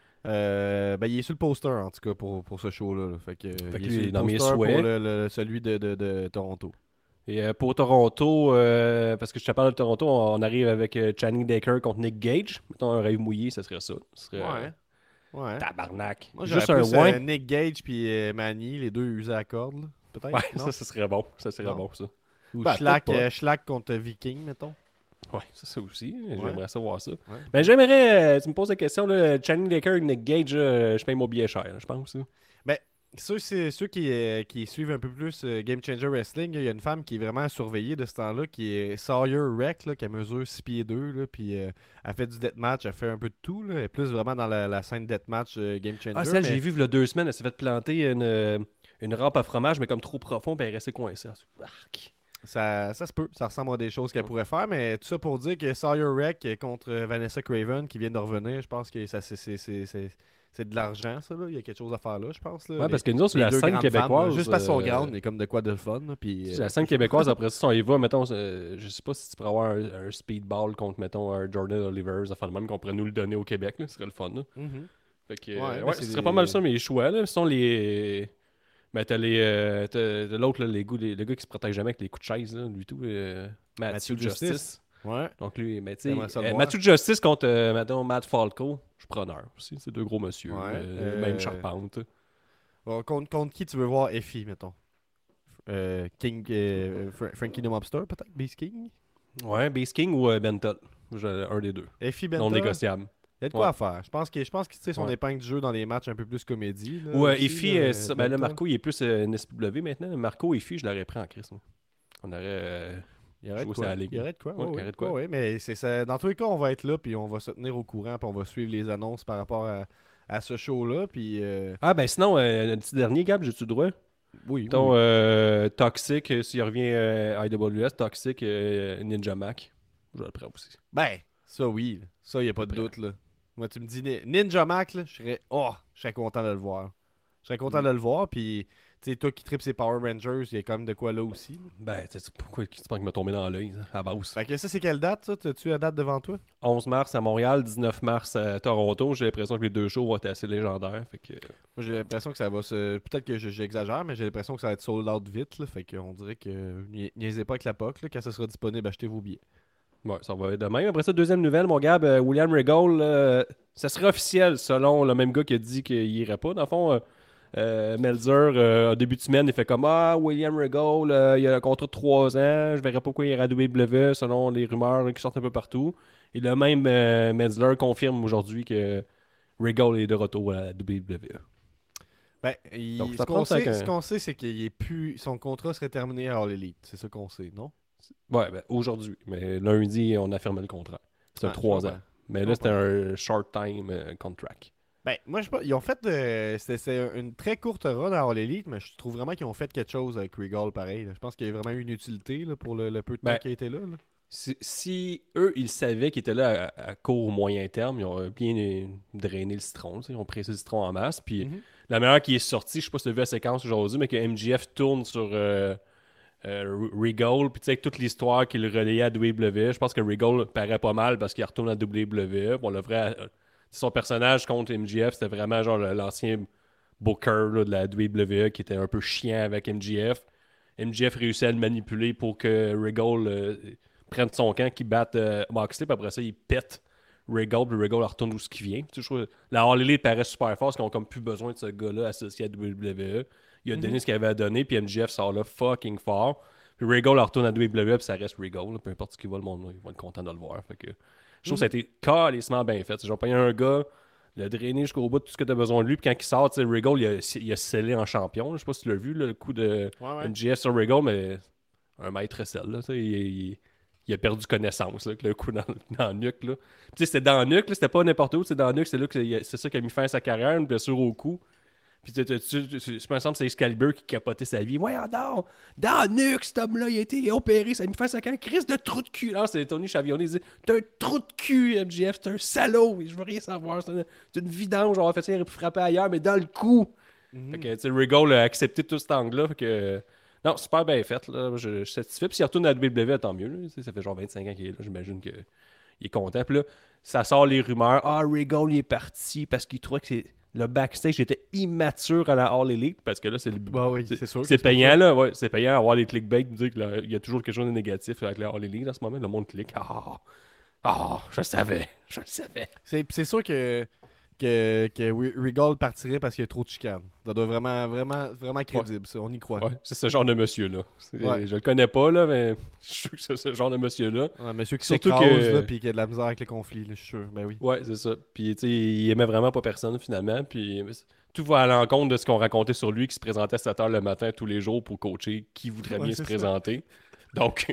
S1: Euh, ben, il est sur le poster, en tout cas, pour, pour ce show-là. là. Fait que, euh,
S2: Fait que
S1: il est
S2: lui,
S1: sur
S2: il est
S1: le
S2: dans mes
S1: poster pour
S2: souhaits.
S1: le- le- celui de, de- de Toronto.
S2: Et euh, pour Toronto, euh, parce que je te parle de Toronto, on arrive avec euh, Channing Decker contre Nick Gage. Mettons un rêve mouillé, ça serait ça. Ce serait, euh,
S1: Ouais.
S2: tabarnak.
S1: Moi,
S2: Juste
S1: j'aurais
S2: un
S1: plus,
S2: ouais.
S1: euh, Nick Gage puis euh, Manny, les deux usés à cordes, là, peut-être.
S2: Ouais,
S1: non?
S2: ça, ça serait bon. Ça serait
S1: Non.
S2: bon, ça.
S1: Ou
S2: Ben,
S1: Schlack,
S2: peut-être pas.
S1: euh, Schlack contre Viking, mettons.
S2: Ouais, ça, ça aussi. J'aimerais savoir ça.
S1: Ouais.
S2: Ben, j'aimerais, euh, tu me poses la question, là, Channing Decker et Nick Gage, euh, je paye mon billet cher, là, je pense. là.
S1: Ceux, c'est- ceux qui, euh, qui suivent un peu plus euh, Game Changer Wrestling, il y a une femme qui est vraiment surveillée de ce temps-là, qui est Sawyer Wreck, là, qui mesure six pieds deux, là, puis euh, elle fait du deathmatch, elle fait un peu de tout, là, elle est plus vraiment dans la, la scène deathmatch euh, Game Changer.
S2: Ah, celle,
S1: mais
S2: j'ai vu il y a deux semaines, elle s'est fait planter une, euh, une rampe à fromage, mais comme trop profond, puis elle est restée coincée. Arc.
S1: ça, ça se peut, ça ressemble à des choses qu'elle pourrait faire, mais tout ça pour dire que Sawyer Wreck contre euh, Vanessa Craven, qui vient de revenir, je pense que ça c'est c'est- c'est- c'est- c'est de l'argent, ça, là. Il y a quelque chose à faire là, je pense. Là.
S2: Ouais,
S1: Les-
S2: parce que nous autres, sur
S1: les
S2: la
S1: deux
S2: scène
S1: grandes femmes,
S2: québécoise.
S1: là, juste parce qu'on
S2: euh,
S1: grande, mais comme de quoi de fun. là, puis,
S2: sur
S1: euh,
S2: la scène québécoise, après ça, si on y va, mettons, euh, je sais pas si tu pourrais avoir un, un speedball contre, mettons, un Jordan Oliver, enfin, même qu'on pourrait nous le donner au Québec, là, ce serait le fun. Là.
S1: mhm.
S2: Fait que,
S1: Ouais,
S2: euh,
S1: mais
S2: ouais,
S1: c'est
S2: ce serait
S1: des-
S2: pas mal ça, mes choix. Là. Ce sont les. Ben, t'as les. euh, t'as- t'as l'autre, là, les goûts, les- le gars qui se protège jamais avec les coups de chaise, là, lui tout. euh, Matthew,
S1: Matthew
S2: Justice.
S1: Justice. Ouais.
S2: Donc, lui, mais tu sais.
S1: J'aimerais ça le
S2: euh,
S1: voir.
S2: Matthew Justice contre, euh, mettons, Matt Falco, je suis preneur aussi. C'est deux gros monsieur.
S1: Ouais,
S2: euh,
S1: euh,
S2: Même charpente.
S1: Bon, contre, contre qui tu veux voir Effie, mettons Euh, King, euh, Fra- Frankie the Mobster, peut-être Beast King
S2: Ouais, Base King ou euh, Benton. Je- Un des deux.
S1: Effie
S2: Non
S1: Benta.
S2: négociable.
S1: Il y a de quoi
S2: Ouais.
S1: à faire. Je pense qu'il je pense qu'il tire son
S2: Ouais.
S1: épingle du jeu dans les matchs un peu plus comédie. là,
S2: Ou euh,
S1: aussi,
S2: Effie,
S1: là,
S2: euh, ça- ben là,
S1: Benta.
S2: Marco, il est plus euh, N S W maintenant. Marco, Effie, je l'aurais pris en Christ. moi. On aurait. euh,
S1: Il y aurait de
S2: jouer
S1: quoi.
S2: sur la ligue.
S1: Il y aurait de quoi.
S2: Ouais,
S1: ouais,
S2: il y
S1: ouais.
S2: aurait de quoi.
S1: Ouais, ouais, mais c'est ça. Dans tous les cas, on va être là, puis on va se tenir au courant, puis on va suivre les annonces par rapport à, à ce show-là. Puis euh,
S2: Ah, ben sinon, euh, un petit dernier, Gab, j'ai-tu le droit?
S1: oui, oui,
S2: Ton
S1: oui.
S2: euh, Toxic, euh, s'il revient euh, à I W S, Toxic, euh, Ninja Mac. Je le prends aussi.
S1: Ben, ça oui. là. Ça, il n'y a pas de
S2: Après.
S1: doute. Là. Moi, tu me dis Ni- Ninja Mac, là, je serais. Oh, je serais content de le voir. Je serais content de le voir. Puis, tu sais, toi qui tripes ces Power Rangers, il y a quand même de quoi là aussi. Là.
S2: Ben, tu sais, pourquoi tu penses qu'il m'a tombé dans l'œil, ça, à base?
S1: Fait que ça, c'est quelle date, ça? T'as-tu la date devant toi?
S2: onze mars à Montréal, dix-neuf mars à Toronto. J'ai l'impression que les deux shows vont être assez légendaires. Fait que...
S1: Moi, j'ai l'impression que ça va se. Peut-être que je- j'exagère, mais j'ai l'impression que ça va être sold out vite. Là. Fait qu'on dirait que. Ni- Niaisez pas avec la P O C. Là. Quand ça sera disponible, achetez vos billets.
S2: Ouais, ça va être de même. Après ça, deuxième nouvelle, mon gars, euh, William Regal, euh, ça serait officiel selon le même gars qui a dit qu'il irait pas. Dans le fond, euh, euh, Meltzer, euh, au début de semaine, il fait comme Ah, William Regal, euh, il a un contrat de trois ans, je verrai pas pourquoi il ira à W W E selon les rumeurs qui sortent un peu partout. Et le même euh, Meltzer confirme aujourd'hui que Regal est de retour à la W W E.
S1: Ben, il-
S2: Donc,
S1: ce
S2: ça
S1: qu'on
S2: prend ça
S1: sait,
S2: avec un-
S1: ce qu'on sait, c'est qu'il est plus. Son contrat serait terminé à All Elite. C'est ça qu'on sait, non?
S2: Ouais, ben, aujourd'hui. Mais lundi, on a fermé le contrat. C'est un
S1: Ah,
S2: trois
S1: je
S2: ans.
S1: comprends.
S2: Mais
S1: Je
S2: là, c'était
S1: comprends.
S2: un short time euh, contract.
S1: Ben, moi, je sais pas. Ils ont fait. euh, C'était c'était une très courte run à All Elite, mais je trouve vraiment qu'ils ont fait quelque chose avec Regal pareil. là. Je pense qu'il y a vraiment eu une utilité là, pour le, le peu de temps
S2: Ben,
S1: qu'il a été là. là.
S2: Si, si eux, ils savaient qu'ils étaient là à, à court ou moyen terme, ils ont bien euh, drainé le citron. tu sais, Ils ont pressé le citron en masse. Puis
S1: Mhm.
S2: la meilleure qui est sortie, je sais pas si tu as vu la séquence aujourd'hui, mais que M J F tourne sur euh, euh, Regal. Puis tu sais, avec toute l'histoire qu'il relayait à W W E, je pense que Regal paraît pas mal parce qu'il retourne à W W E. Bon, le vrai, euh, son personnage contre M J F, c'était vraiment genre le- l'ancien Booker là, de la W W E qui était un peu chiant avec M J F. M J F réussit à le manipuler pour que Regal euh, prenne son camp, qu'il batte euh, Moxley, puis après ça, il pète Regal, puis Regal retourne où ce qui vient. Tu sais, je trouve, la All Elite paraît super fort, parce qu'ils ont comme plus besoin de ce gars-là associé à W W E. Il a donné
S1: Mhm.
S2: ce qu'il avait à donner, puis M J F sort là fucking fort. Puis Regal retourne à W W E, puis ça reste Regal. là. peu importe ce qu'il va, le monde, là, ils vont être contents de le voir. Fait que, je trouve que ça a été calissement bien fait. C'est genre, pas un gars, le drainer jusqu'au bout de tout ce que tu as besoin de lui, puis quand il sort, tu sais, Regal, il a, il a scellé en champion. là. Je sais pas si tu l'as vu, là, le coup de
S1: Ouais, ouais.
S2: M J F sur Regal, mais un maître sel, là, tu sais, il, il- il a perdu connaissance, là, avec le coup dans, dans le nuque, là. Puis, tu sais, c'était dans le nuque, là, c'était pas n'importe où, c'est dans le nuque, c'est là que c'est c'est ça qui a mis fin à sa carrière, une blessure au cou. Puis, tu sais, tu- tu- tu- je me semble que c'est Excalibur qui capotait sa vie. Ouais, non, dans le nuque, cet homme-là, il a été opéré, ça a mis fin à sa carrière. Crise de trou de cul. Non, c'est Tony Chavionnet, il dit T'as un trou de cul, M J F, t'es un salaud, je veux rien savoir. C'est une, c'est une vidange, on va faire ça, il aurait pu frapper ailleurs, mais dans le cou.
S1: Mhm.
S2: Fait que, tu sais, Regal a accepté tout cet angle-là. Fait que, non, super bien fait. Là. Je, je suis satisfait. Puis s'il retourne à la W W E, tant mieux. Là. Tu sais, Ça fait genre vingt-cinq ans qu'il est là. J'imagine qu'il est content. Puis là, ça sort les rumeurs. Ah, Regal, il est parti parce qu'il trouvait que c'est... le backstage était immature à la All Elite. Parce que là, c'est le
S1: Bah oui,
S2: c'est-
S1: c'est sûr. que
S2: c'est
S1: pour
S2: payant,
S1: ça.
S2: là. Ouais, c'est payant à avoir les clickbait. Dire qu'il y a toujours quelque chose de négatif avec la All Elite en ce moment. Le monde clique. Ah, ah, je le savais. Je le savais.
S1: C'est c'est sûr que, que, que Re- Regal partirait parce qu'il y a trop de chicanes. Ça doit vraiment, vraiment, vraiment crédible, ça. On y croit.
S2: Ouais, c'est ce genre de monsieur-là. C'est-
S1: Ouais.
S2: Je le connais pas, là, mais je suis sûr que c'est ce genre de monsieur-là.
S1: Un monsieur qui
S2: Surtout
S1: s'écrase,
S2: que-
S1: là, puis qui a de la misère avec les conflits, là, je suis sûr. Ben oui.
S2: Ouais, c'est ça. Puis, tu sais, il aimait vraiment pas personne, finalement. Puis, tout va à l'encontre de ce qu'on racontait sur lui, qui se présentait à sept heures le matin tous les jours pour coacher qui voudrait
S1: Ouais,
S2: bien se
S1: c'est ça.
S2: présenter. Donc,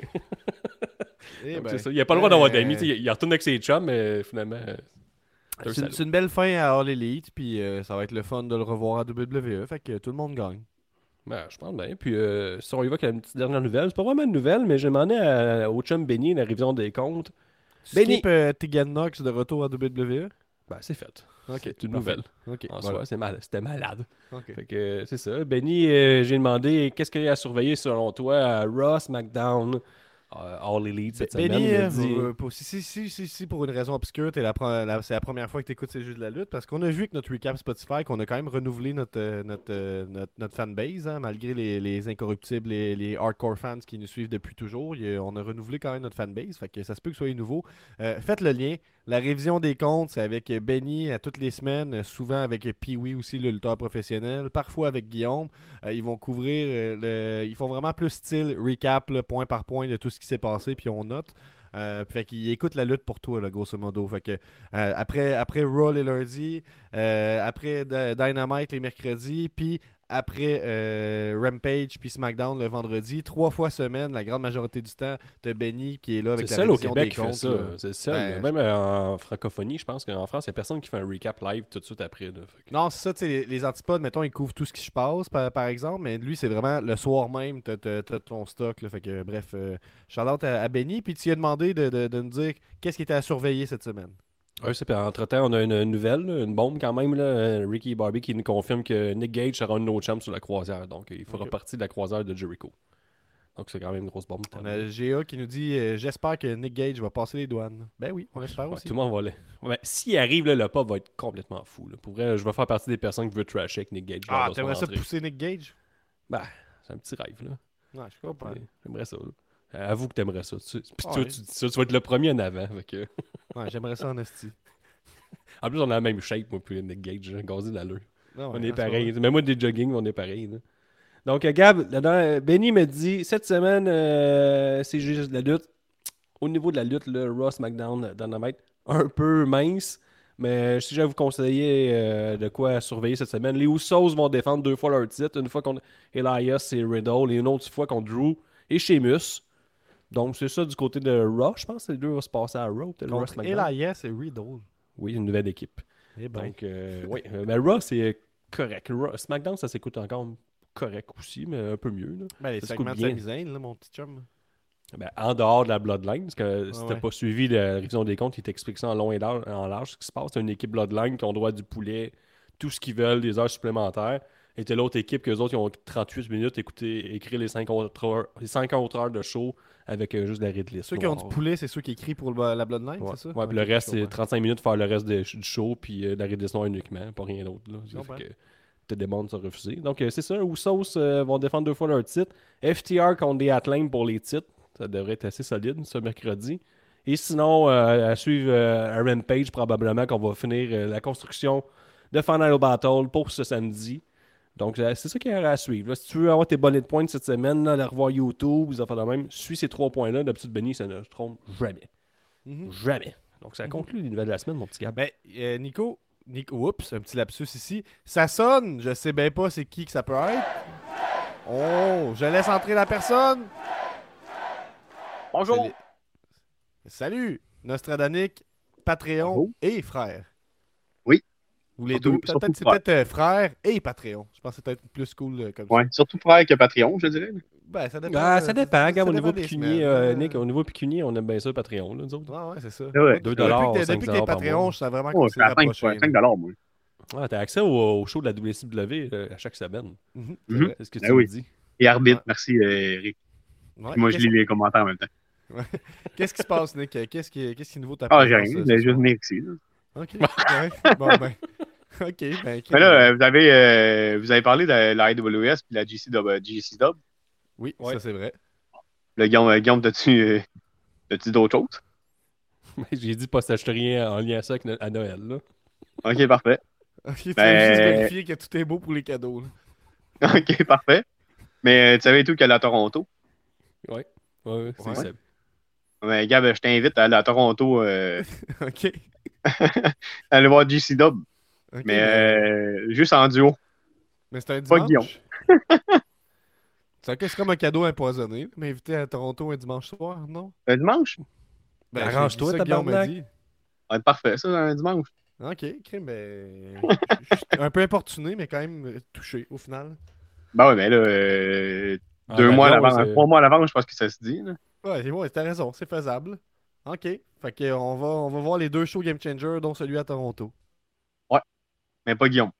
S1: Eh
S2: donc,
S1: ben,
S2: c'est ça. Il a pas le droit d'avoir
S1: euh,
S2: d'amis. tu sais, Il il retourne avec ses chums, mais finalement, euh, c'est un
S1: C'est une,
S2: salaud.
S1: c'est une belle fin à All Elite, puis euh, ça va être le fun de le revoir à W W E. Fait que tout le monde gagne.
S2: Ben, je pense bien. Puis, euh, si on y va avec la petite dernière nouvelle, c'est pas vraiment une nouvelle, mais j'ai demandé à, au chum Benny la révision des comptes.
S1: Tu
S2: Benny!
S1: skippes, euh, Tegan Knox de retour à W W E?
S2: Ben, c'est fait.
S1: Ok,
S2: C'est une
S1: parfait.
S2: nouvelle.
S1: Ok,
S2: En
S1: voilà.
S2: soi, c'est mal- c'était malade.
S1: Ok.
S2: Fait que euh, c'est ça. Benny, euh, j'ai demandé qu'est-ce qu'il y a à surveiller selon toi à Raw, SmackDown, euh, All Elite cette
S1: Benny,
S2: semaine. Il
S1: euh,
S2: a dit...
S1: euh, pour- si, si, si, si, si, pour une raison obscure, t'es la, pre- la- c'est la première fois que tu écoutes ces jeux de la lutte, parce qu'on a vu avec notre recap Spotify qu'on a quand même renouvelé notre, euh, notre, euh, notre, notre fanbase, hein, malgré les, les incorruptibles, les, les hardcore fans qui nous suivent depuis toujours. Il y a- on a renouvelé quand même notre fanbase, fait que ça se peut que ce soit nouveau. Euh, faites le lien. La révision des comptes, c'est avec Benny à toutes les semaines, euh, souvent avec Pee-Wee aussi, le lutteur professionnel, parfois avec Guillaume. Euh, ils vont couvrir, euh, le... ils font vraiment plus style recap, là, point par point de tout ce qui s'est passé, puis on note. Euh, fait qu'ils écoutent la lutte pour toi, là, grosso modo. Fait que, euh, après, après Raw les lundis, euh, après D- Dynamite les mercredis, puis après euh, Rampage puis SmackDown le vendredi, trois fois semaine, la grande majorité du temps, t'as Benny qui est là avec
S2: C'est
S1: la
S2: seul au
S1: révision
S2: Québec
S1: des
S2: qui fait
S1: comptes.
S2: ça.
S1: là.
S2: C'est le seul.
S1: Ben,
S2: Même euh, en francophonie, je pense qu'en France, il n'y a personne qui fait un recap live tout de suite après. Là. Fait que-
S1: Non, c'est ça, tu sais, les, les antipodes, mettons, ils couvrent tout ce qui se passe, par, par exemple, mais lui, c'est vraiment le soir même, t'as t'as- t'as ton stock, là, fait que, bref, euh, shout-out à, à Benny, puis tu lui as demandé de, de, de nous dire qu'est-ce qui était à surveiller cette semaine.
S2: Ouais, c'est, puis entre-temps, on a une, une nouvelle, là, une bombe quand même. Là, euh, Ricky Barbie qui nous confirme que Nick Gage sera un autre champ sur la croisière. Donc, il fera
S1: Ok.
S2: partie de la croisière de Jericho. Donc, c'est quand même une grosse bombe.
S1: On a G A qui nous dit euh, j'espère que Nick Gage va passer les douanes. Ben oui, on espère
S2: Ouais,
S1: aussi.
S2: tout le monde va aller. Ouais, s'il arrive, là, le pop va être complètement fou. Là. Pour vrai, je vais faire partie des personnes qui veulent trasher avec Nick Gage. lors
S1: Ah,
S2: de son
S1: t'aimerais ça
S2: entrée.
S1: pousser Nick Gage?
S2: Ben, c'est un petit rêve. Là.
S1: Ouais, je comprends.
S2: Ouais, J'aimerais ça. Là. Euh, Avoue que t'aimerais ça. Tu, puis
S1: Ouais.
S2: toi, tu dis ça, tu vas être le premier en avant. Fait que...
S1: Ouais, j'aimerais ça en esti.
S2: En plus, on a la même shape, moi, puis Nick Gage, hein, gazé d'allure.
S1: Ah ouais,
S2: On est
S1: en ce
S2: pareil.
S1: moment.
S2: Même moi, des jogging, on est pareil. Là. Donc, euh, Gab, là-dedans, euh, Benny me dit cette semaine, euh, c'est juste de la lutte. Au niveau de la lutte, là, Raw, SmackDown, euh, Dynamite, un peu mince. Mais si je vais vous conseiller euh, de quoi surveiller cette semaine, les Usos vont défendre deux fois leur titre. Une fois contre Elias et Riddle, et une autre fois contre Drew et Sheamus. Donc, c'est ça du côté de Raw. Je pense que les deux vont se passer à Raw. Peut-être Raw,
S1: Contre
S2: SmackDown.
S1: Elias et Riddle.
S2: Oui, une nouvelle équipe.
S1: Eh ben.
S2: Donc, euh, oui. Euh, mais Raw, c'est correct. Raw- SmackDown, ça s'écoute encore correct aussi, mais un peu mieux. Là.
S1: Ben, les
S2: ça se
S1: segments
S2: coupe
S1: de
S2: bien.
S1: Sami Zayn, là, mon petit chum.
S2: Ben, en dehors de la Bloodline, parce que si t'as
S1: ouais.
S2: pas suivi la révision des comptes, ils t'expliquent ça en long et large, en large ce qui se passe. C'est une équipe Bloodline qui ont droit du poulet, tout ce qu'ils veulent, des heures supplémentaires. Et t'as l'autre équipe, qu'eux autres, ils ont trente-huit minutes, écouter, écrire les cinq autres heures, les cinq autres heures de show avec euh, juste la Ridley.
S1: Ceux qui ont du poulet, c'est ceux qui écrivent pour le- la Bloodline,
S2: Ouais,
S1: c'est ça?
S2: ouais puis
S1: Ok,
S2: le reste,
S1: je
S2: c'est
S1: comprends.
S2: trente-cinq minutes pour faire le reste de- du show, puis euh, la Ridley Snow uniquement, pas rien d'autre. Là.
S1: Je
S2: Ça
S1: comprends.
S2: fait que t'as des mondes à refuser. Donc, euh, c'est ça, Usos euh, vont défendre deux fois leur titre. F T R contre des Atlames pour les titres. Ça devrait être assez solide ce mercredi. Et sinon, euh, à suivre euh, un Rampage, probablement qu'on va finir euh, la construction de Final Battle pour ce samedi. Donc, euh, c'est ça qu'il y aura à suivre. Là, si tu veux avoir tes bonnets de points cette semaine, là, aller revoir YouTube, vous en faites de même, suis ces trois points-là. D'habitude, Benny, ça ne se trompe jamais.
S1: Mhm.
S2: Jamais. Donc, ça conclut les nouvelles de la semaine, mon petit gars.
S1: Ben, euh, Nico, Nico, oups, un petit lapsus ici. Ça sonne, je sais bien pas c'est qui que ça peut être. Oh, je laisse entrer la personne.
S5: Bonjour.
S1: C'est les- Salut, Nostradanic, Patreon
S5: Bonjour.
S1: et frère.
S5: Oui.
S1: Ou les
S5: Surtout-
S1: deux. Peut-être
S5: surtout
S1: c'est
S5: frère.
S1: peut-être euh, frère et Patreon. Je pense que c'est peut-être plus cool euh, comme
S5: Ouais,
S1: ça.
S5: surtout frère que Patreon, je dirais.
S1: Ben, ça dépend.
S2: Ah,
S1: euh,
S2: ça dépend. Regarde, au
S1: dépend
S2: niveau
S1: des
S2: pécunier,
S1: semaines,
S2: euh,
S1: hein.
S2: Nick, au niveau pécunier, on aime bien ça, Patreon, là, nous autres.
S1: Ah ouais, c'est ça.
S5: Ouais.
S1: Moi,
S2: deux
S1: depuis
S2: dollars,
S1: que t'es-
S2: cinq
S1: depuis que t'es
S2: dollars par
S1: Patreon,
S2: mois.
S1: je sais vraiment
S5: Oh,
S1: qu'on
S5: je
S1: s'est
S5: fais à
S1: rapproché.
S5: cinq dollars, moi.
S2: Ah, t'as accès au, au show de la W C W euh, à chaque semaine.
S1: Mhm,
S5: Mhm.
S1: c'est vrai.
S2: C'est ce que
S5: Ben
S2: tu
S5: oui.
S2: me dis.
S5: Et arbitre,
S1: Ouais.
S5: merci, euh, Eric.
S1: Ouais,
S5: Puis moi, je
S1: qu'est-ce-
S5: lis les commentaires en même temps.
S1: Qu'est-ce qui se passe, Nick? Qu'est-ce qui, qu'est-ce qui nous vaut ta
S5: Ah, j'ai
S1: présence,
S5: rien,
S1: euh,
S5: je vais
S1: ce
S5: juste
S1: soir?
S5: venir ici. Là.
S1: Ok, ouais. Bon, ben. Ok, ben.
S5: Mais là, euh, vous avez, euh, vous avez parlé de la I W S puis de la G C W. G C W.
S1: Oui,
S2: Ouais.
S1: ça c'est vrai.
S5: Le Guillaume, euh, Guillaume, t'as-tu euh, t'as-tu d'autres choses?
S2: Mais J'ai dit pas s'acheter rien en lien à ça avec no- à Noël. Là.
S5: Ok, parfait.
S1: Ok, tu
S5: Ben-
S1: veux juste vérifier que tout est beau pour les cadeaux. Là.
S5: Ok, parfait. Mais euh, tu savais tout qu'elle est à Toronto.
S2: Ouais. Ouais, c'est
S1: Ouais.
S2: ça.
S5: Mais Gab, je t'invite à aller à Toronto, euh,
S1: Ok.
S5: aller voir G C W.
S1: Ok,
S5: Mais euh, juste en duo.
S1: mais c'est un
S5: pas
S1: dimanche. C'est que c'est comme un cadeau empoisonné. M'inviter à Toronto un dimanche soir, non?
S5: Un dimanche?
S1: Ben,
S2: Arrange-toi,
S1: c'est ça que Guillaume m'a
S2: tabarnak.
S1: dit.
S5: Ah, parfait, ça, un dimanche.
S1: Ok, crime, ben. Je suis un peu importuné, mais quand même euh, touché au final.
S5: Ben ouais, mais là, euh,
S2: En
S5: deux mois à
S2: avion,
S5: l'avance,
S2: c'est-
S5: trois mois à l'avance, je pense que ça se dit. Là.
S1: Ouais, c'est bon, t'as raison, c'est faisable. Ok. Fait que on va, on va voir les deux shows Game Changer, dont celui à Toronto.
S5: Mais pas Guillaume.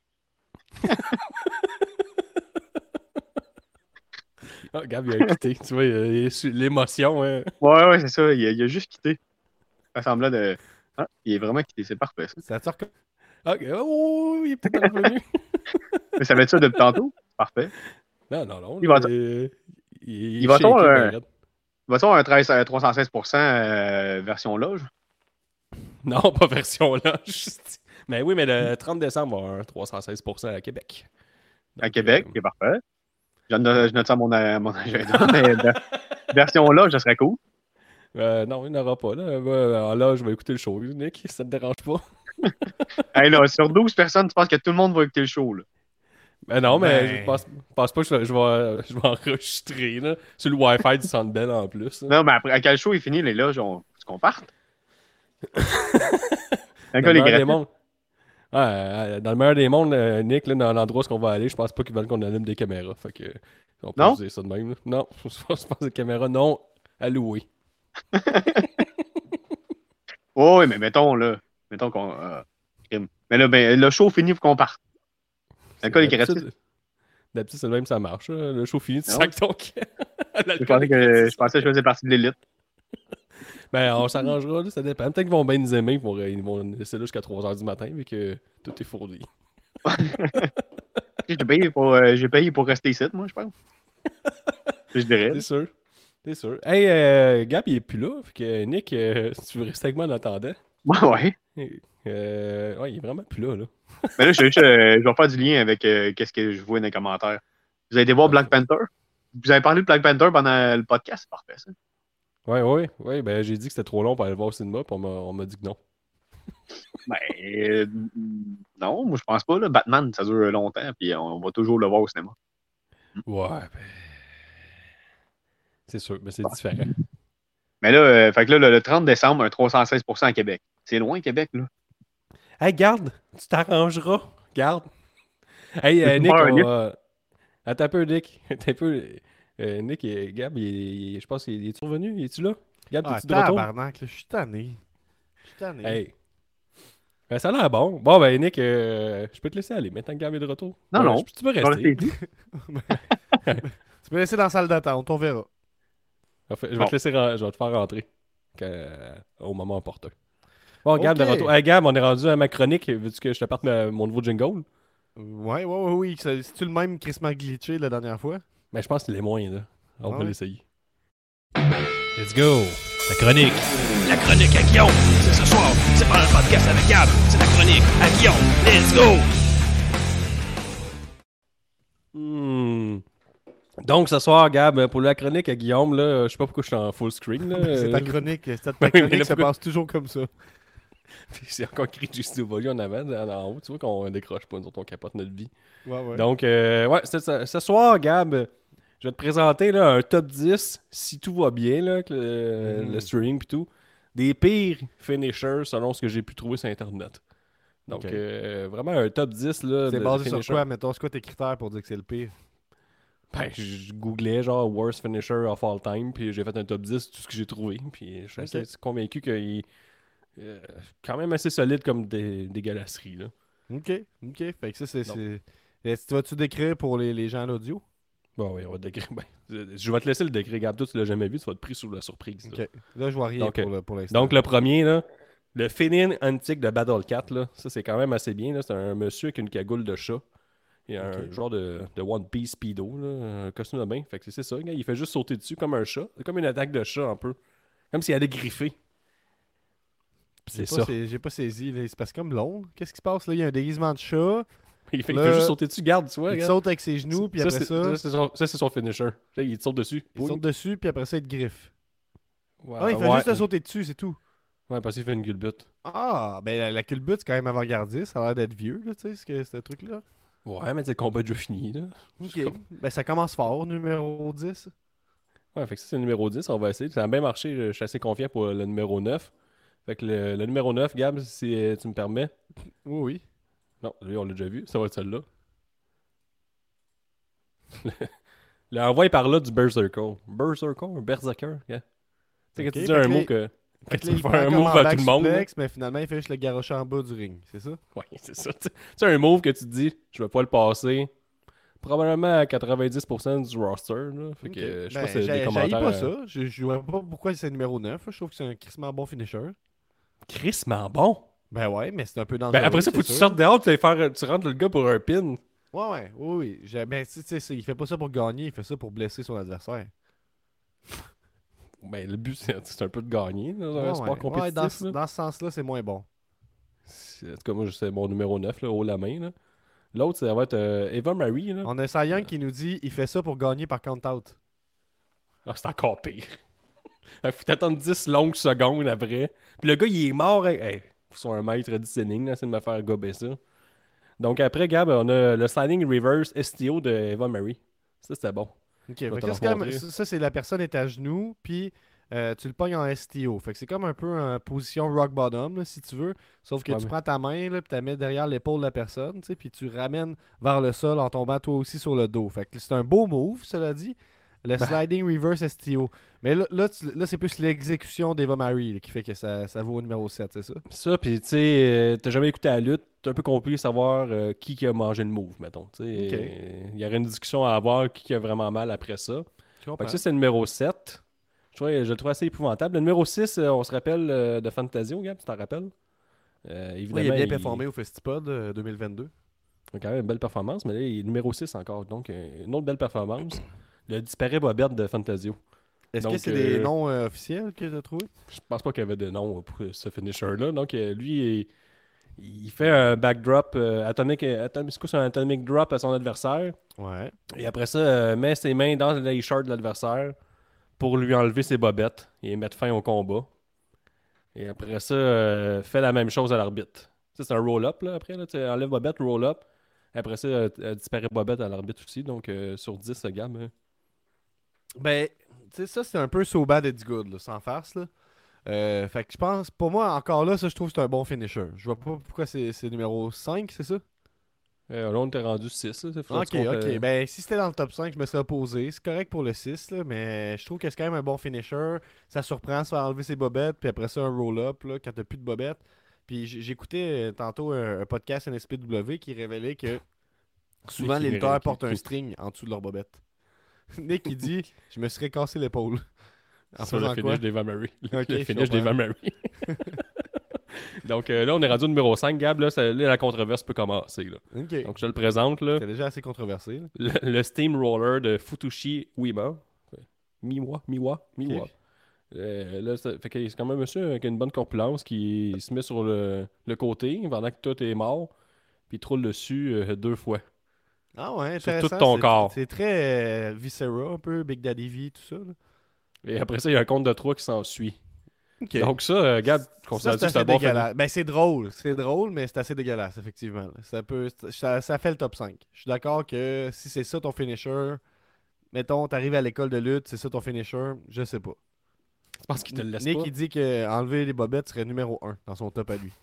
S2: Ah, Gab, il a quitté. Tu vois, il a su- l'émotion. Hein.
S5: Ouais, ouais, c'est ça. Il a, il a juste quitté. Ça semblait de. Ah, il est vraiment quitté, c'est parfait. Ça.
S1: Ça te reco-
S2: Ah, ok. Oh, il est peut-être revenu.
S5: Mais ça va être ça depuis tantôt. Parfait.
S2: non, non, non.
S5: Il va
S2: là, euh, il,
S5: il va
S2: shaké,
S5: t'en,
S2: ben
S5: euh,
S2: raide.
S5: Va-t-on un treize, euh, trois cent seize pour cent euh, version loge?
S2: Non, pas version là. juste- Mais oui, mais le trente décembre, on va avoir un trois cent seize pour cent à Québec.
S5: À
S2: Donc,
S5: Québec,
S2: euh,
S5: c'est parfait. Je note, je note ça à mon, à mon agenda. Mais ver- version loge, ça serait cool.
S2: euh, non, il n'y en aura pas. Là, Euh, là, je vais écouter le show, Nick. Ça te dérange pas?
S5: Hey, là, sur douze personnes, tu penses que tout le monde va écouter le show. Là.
S2: Ben non, mais
S1: Ben-
S2: je pense, pense pas que je, je vais, je vais enregistrer là, sur le Wi-Fi du Centre Bell en plus. là.
S5: Non, mais après, à quel show est fini, les loges, on... est-ce qu'on parte? Un
S2: Dans
S5: gars,
S2: le
S5: les
S2: meilleur des
S5: gratuits.
S2: mondes. Ouais, euh, dans le meilleur des mondes, euh, Nick, là, dans l'endroit où on va aller, je pense pas qu'ils veulent qu'on allume des caméras. Fait que, on peut
S5: Non?
S2: se dire ça de même. là. Non, je pense pas des caméras non à louer.
S5: Oh, oui, mais mettons, là. Mettons qu'on. Euh, mais là, ben, le show finit pour qu'on parte. L'alcool est
S2: D'habitude-
S5: gratuit.
S2: D'habitude, c'est le même, ça marche. là. Le show fini, tu
S5: Ah
S2: sacs ton
S5: Je
S2: L'alcool
S5: pensais
S2: est
S5: que,
S2: gratuit.
S5: je pensais que je faisais partie de l'élite.
S2: Ben, on s'arrangera, là, ça dépend. Peut-être qu'ils vont bien nous aimer, ils vont, ils vont laisser là jusqu'à trois heures du matin, vu que tout est fourni.
S5: J'ai payé, pour, euh, j'ai payé pour rester ici, moi, je pense. Je dirais.
S2: C'est sûr. C'est sûr. Hey, euh, Gab, il est plus là. Fait que Nick, euh, si tu veux rester avec moi en attendant.
S5: Ouais, ouais.
S2: Euh, ouais, il est vraiment plus là, là.
S5: Mais là, je, je, je vais faire du lien avec euh, qu'est-ce que je vois dans les commentaires. Vous avez été voir Black Panther? Vous avez parlé de Black Panther pendant le podcast? C'est parfait, ça.
S2: Ouais, ouais, ouais. Ben, j'ai dit que c'était trop long pour aller le voir au cinéma, puis on m'a, on m'a dit que non.
S5: Ben, euh, non, moi, je pense pas. Là. Batman, ça dure longtemps, puis on va toujours le voir au cinéma.
S2: Ouais, ben. C'est sûr, mais c'est différent.
S5: Mais là, euh, fait que là, le, le trente décembre, un trois cent seize pour cent à Québec. C'est loin, Québec, là.
S2: Hey, garde, tu t'arrangeras. Garde. Hey, euh,
S5: Tu
S2: Nick,
S5: meurs,
S2: on
S5: Nick.
S2: va. Attends un peu, Nick. Attends un peu. Euh, Nick, et Gab, il, il- je pense qu'il est revenu. Il est-tu là? Gab,
S1: Ah,
S2: t'es-tu de retour?
S1: tabarnak, là, je suis tanné. Je suis tanné.
S2: Hey. Ben, ça a l'air bon. Bon, ben, Nick, euh, je peux te laisser aller maintenant que Gab est de retour.
S5: Non,
S2: Ouais,
S5: non.
S2: je- Tu peux
S5: Je vais
S2: rester.
S5: rester ici.
S1: Tu peux laisser dans la salle d'attente, on verra.
S2: En fait, je vais
S5: Bon.
S2: te laisser, ren- je vais te faire rentrer quand- euh, au moment opportun. Bon, Gab, de
S1: Ok.
S2: retour. Hey, Gab, on est rendu à ma chronique. Veux-tu que je te parte ma- mon nouveau jingle?
S1: Ouais, ouais, ouais, oui. C'est- C'est-tu le même Chris glitché la dernière fois?
S2: Ben, je pense qu'il est moins, là. On
S1: Ah
S2: va
S1: ouais?
S2: l'essayer.
S3: Let's go. La chronique. La chronique à Guillaume. C'est ce soir. C'est pas le podcast avec Gab. C'est la chronique à Guillaume. Let's go.
S2: Hmm. Donc, ce soir, Gab, pour la chronique à Guillaume, là, je sais pas pourquoi je suis en full screen. Là.
S1: C'est ta
S2: Euh,
S1: chronique. c'est ta
S2: oui, mais
S1: chronique
S2: là,
S1: ça
S2: pourquoi-
S1: passe toujours comme ça.
S2: Puis c'est encore écrit Just Volume en avant, en, en haut. Tu vois qu'on décroche pas, nous autres, on capote notre vie.
S1: Ouais, ouais.
S2: Donc, euh, ouais, c'est ça. Ce soir, Gab, je vais te présenter là, un top dix, si tout va bien, là, que le,
S1: Mhm.
S2: le streaming et tout, des pires finishers selon ce que j'ai pu trouver sur Internet. Donc,
S1: Ok.
S2: euh, vraiment un top dix. Là,
S1: C'est
S2: de-
S1: basé
S2: de
S1: sur
S2: finishers.
S1: quoi, mettons? C'est quoi tes critères pour dire que c'est le pire?
S2: Ben, je je googlais genre worst finisher of all time, puis j'ai fait un top dix de tout ce que j'ai trouvé, puis je suis
S1: Ok.
S2: assez convaincu qu'il est euh, quand même assez solide comme des, des galasseries, là.
S1: Ok, ok. Fait que ça, c'est.
S2: Non.
S1: c'est- Est-ce que tu vas-tu décrire pour les, les gens à l'audio?
S2: Bon, oui, on va te décrire. Ben, je- je vais te laisser le décrire. Regarde, toi, tu l'as jamais vu, tu vas être pris sous la surprise. là.
S1: Ok. Là, je vois rien
S2: Donc,
S1: pour le- pour l'instant.
S2: Donc, le premier, là, le Fénine antique de Battle Cat, là, ça, c'est quand même assez bien. là. C'est un monsieur avec une cagoule de chat. Il a un
S1: Ok.
S2: genre de, de One Piece Speedo, là, un costume de bain. Fait que c'est ça, gars, il fait juste sauter dessus comme un chat. C'est comme une attaque de chat, un peu. Comme s'il allait griffer.
S1: J'ai
S2: C'est
S1: pas
S2: ça.
S1: sais- J'ai pas saisi. là. C'est parce que comme long. Qu'est-ce qui se passe là? Il y a un déguisement de chat.
S2: Il fait, il
S1: Là,
S2: fait juste sauter dessus, garde, tu vois.
S1: il
S2: regarde.
S1: saute avec ses genoux, puis après
S2: c'est-
S1: ça,
S2: c'est son, ça, c'est son finisher. Là, il te saute dessus.
S1: il saute dessus, puis après ça, il te griffe.
S2: Ouais,
S1: Ah, il fait
S2: ouais.
S1: juste te sauter dessus, c'est tout.
S2: Ouais, parce qu'il fait une culbute.
S1: Ah, ben la, la culbute, c'est quand même avant-gardiste. Ça a l'air d'être vieux, là, tu sais, ce, que- ce truc-là.
S2: Ouais, mais c'est le combat déjà fini, là.
S1: Ok. Ben ça commence fort, numéro dix.
S2: Ouais, fait que ça, c'est le numéro dix, on va essayer. Ça a bien marché, je suis assez confiant pour le numéro neuf. Fait que le, le numéro neuf, Gab, si euh, tu me permets.
S1: Oui, oui.
S2: Non, lui, on l'a déjà vu, ça va être celle-là. Le envoie par là du Berserker. Berserker, un Berserker, yeah. Tu sais,
S1: Ok,
S2: quand tu dis
S1: fait
S2: un
S1: que
S2: mot
S1: là,
S2: que, que
S1: Fait que
S2: tu
S1: là,
S2: veux
S1: il
S2: faire
S1: prend
S2: un
S1: comme
S2: move
S1: en
S2: à
S1: back
S2: tout le monde. là.
S1: suplex, mais finalement, il fait juste le garocher en bas du ring, c'est ça?
S2: Ouais, c'est ça. Tu sais, un move que tu te dis, je vais pas le passer. Probablement à quatre-vingt-dix pour cent du roster, là. Fait que,
S1: Ok.
S2: euh, je sais
S1: Ben,
S2: pas si c'est
S1: j'ai-
S2: des
S1: j'haïs
S2: commentaires.
S1: pas
S2: euh,
S1: ça. Je, je vois pas pourquoi c'est numéro neuf. Je trouve que c'est un crissement bon finisher.
S2: crissement bon.
S1: Ben ouais, mais c'est un peu dangereux.
S2: Ben après ça, faut que tu
S1: c'est sûr.
S2: sortes dehors, tu, vas faire, tu rentres le gars pour un pin.
S1: Ouais, ouais, oui, oui. J'ai- Ben, tu sais, c'est- il fait pas ça pour gagner, il fait ça pour blesser son adversaire.
S2: Ben, le but, c'est c'est un peu de gagner dans un
S1: Ouais,
S2: sport
S1: ouais. Ouais,
S2: compétitif.
S1: dans, ce-
S2: là.
S1: dans ce sens-là, c'est moins bon.
S2: C'est- En tout cas, moi, c'est mon numéro neuf, là, haut la main. là. L'autre, ça va être euh, Eva Marie. Là.
S1: On a Cy Young qui nous dit il fait ça pour gagner par count-out.
S2: Ah, c'est encore pire. Il faut t'attendre dix longues secondes après. Puis le gars, il est mort. Hein. Hey, faut soit un maître du sinning, là, c'est de me faire gober ça. Donc après, Gab, on a le Sliding Reverse S T O de Eva Marie. Ça, c'était bon.
S1: Ok,
S2: vais
S1: fait
S2: te
S1: que
S2: le
S1: ça, c'est quand même-
S2: montrer.
S1: ça, ça, c'est la personne est à genoux, puis euh, tu le pognes en S T O. Fait que c'est comme un peu en position rock bottom, là, si tu veux. Sauf que
S2: Ouais,
S1: tu
S2: mais-
S1: prends ta main, là, puis tu la mets derrière l'épaule de la personne, tu sais, puis tu ramènes vers le sol en tombant toi aussi sur le dos. Fait que c'est un beau move, cela dit. Le sliding reverse S T O. Mais là, là, tu- là, c'est plus l'exécution d'Eva Marie là, qui fait que ça, ça vaut au numéro sept, c'est ça?
S2: Ça, puis tu sais, euh, t'as jamais écouté la lutte, t'es un peu compliqué de savoir euh, qui qui a mangé le move, mettons. Tu sais,
S1: Ok.
S2: euh, il y aurait une discussion à avoir qui qui a vraiment mal après ça.
S1: Tu
S2: Fait
S1: comprends?
S2: que ça, c'est le numéro sept. Je, trouvais- je le trouve assez épouvantable. Le numéro six, euh, on se rappelle euh, de Fantasio, Gab, tu t'en rappelles? Euh,
S1: Ouais,
S2: évidemment,
S1: il a bien
S2: il,
S1: performé au Festipod euh, deux mille vingt-deux.
S2: il a quand même une belle performance, mais là, il est numéro six encore. Donc, euh, une autre belle performance. Le disparait Bobette de Fantasio.
S1: Est-ce que
S2: Donc,
S1: c'est des
S2: euh,
S1: noms euh, officiels que tu as trouvés?
S2: Je pense pas qu'il y avait de nom pour ce finisher-là. Donc, euh, lui, il, il fait un backdrop euh, atomic, euh, atomic, c'est quoi, c'est un atomic drop à son adversaire.
S1: Ouais.
S2: Et après ça, euh, met ses mains dans les shorts de l'adversaire pour lui enlever ses bobettes et mettre fin au combat. Et après ça, euh, fait la même chose à l'arbitre. Ça, c'est un roll-up, là, après. Là, tu sais, enlève bobette, roll-up. Après ça, euh, euh, disparaît bobette à l'arbitre aussi. Donc, euh, sur dix, ce gars, hein.
S1: Ben, tu sais, ça, c'est un peu so bad it's good, là, sans farce, là. Euh, fait que je pense, pour moi, encore là, ça, je trouve que c'est un bon finisher. Je vois pas pourquoi c'est c'est numéro cinq, c'est ça?
S2: Euh, là, on était rendu six. Là, ça faudrait
S1: Ok,
S2: qu'on
S1: ok.
S2: fait-
S1: Ben, si c'était dans le top cinq, je me serais opposé. C'est correct pour le six, là, mais je trouve que c'est quand même un bon finisher. Ça surprend, ça va enlever ses bobettes, puis après ça, un roll-up, là, quand t'as plus de bobettes. Puis j- j'écoutais euh, tantôt un, un podcast N S P W qui révélait que souvent
S2: Qui-
S1: les lutteurs
S2: qui-
S1: portent un
S2: qui-
S1: string en dessous de leur bobette. Nick, il dit Je me serais cassé l'épaule. En
S2: sur le
S1: faisant quoi
S2: finish d'Eva Marie.
S1: Ok,
S2: le
S1: je
S2: finish
S1: comprends.
S2: d'Eva Marie. Donc euh, là, on est rendu au numéro cinq, Gab. Là, ça- là, la controverse peut commencer. Là.
S1: Ok.
S2: Donc je te le présente. Là.
S1: C'est déjà assez controversé. là.
S2: Le, le Steamroller de Futoshi Uema. Miwa, Miwa, Miwa.
S1: Ok.
S2: Euh, là, ça- fait que c'est quand même un monsieur avec une bonne corpulence qui se met sur le, le côté pendant que tout est mort. Puis il te roule dessus euh, deux fois.
S1: Ah ouais,
S2: Sur
S1: intéressant.
S2: tout ton
S1: c'est-
S2: corps.
S1: C'est très euh, Viscera, un peu Big Daddy V, tout ça. là.
S2: Et après ça, il y a un compte de trois qui s'ensuit.
S1: Ok.
S2: Donc ça, euh, Gab,
S1: Ça,
S2: considère-tu
S1: c'est
S2: que c'est un
S1: assez
S2: bon
S1: dégueulasse. Ben, c'est drôle. C'est drôle, mais c'est assez dégueulasse, effectivement. là. Ça, peut, ça, ça fait le top cinq. Je suis d'accord que si c'est ça ton finisher, mettons, t'arrives à l'école de lutte, c'est ça ton finisher, je sais pas.
S2: Je pense qu'il te le laisse
S1: Nick,
S2: pas.
S1: il dit que enlever les bobettes serait numéro un dans son top à lui.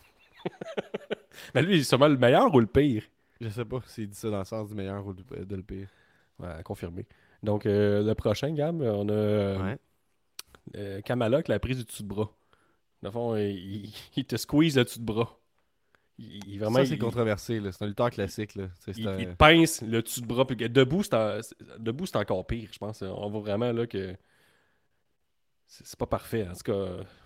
S2: Mais lui, il est sûrement le meilleur ou le pire?
S1: Je sais pas s'il dit ça dans le sens du meilleur ou du- de le pire.
S2: Ouais, confirmé. Donc, euh, le prochain, Gab, on a euh,
S1: Ouais.
S2: euh, Kamala qui a la prise du dessus de bras. Dans le fond, il, il- il te squeeze le dessus de bras. Il, il- vraiment,
S1: ça, c'est
S2: il,
S1: controversé. là. C'est un lutteur classique. Là. C'est- c'est
S2: il,
S1: un-
S2: il pince le dessus de bras. Puis que debout, c'est en- c'est- debout, c'est encore pire, je pense. On voit vraiment là que c'est c'est pas parfait. En tout cas,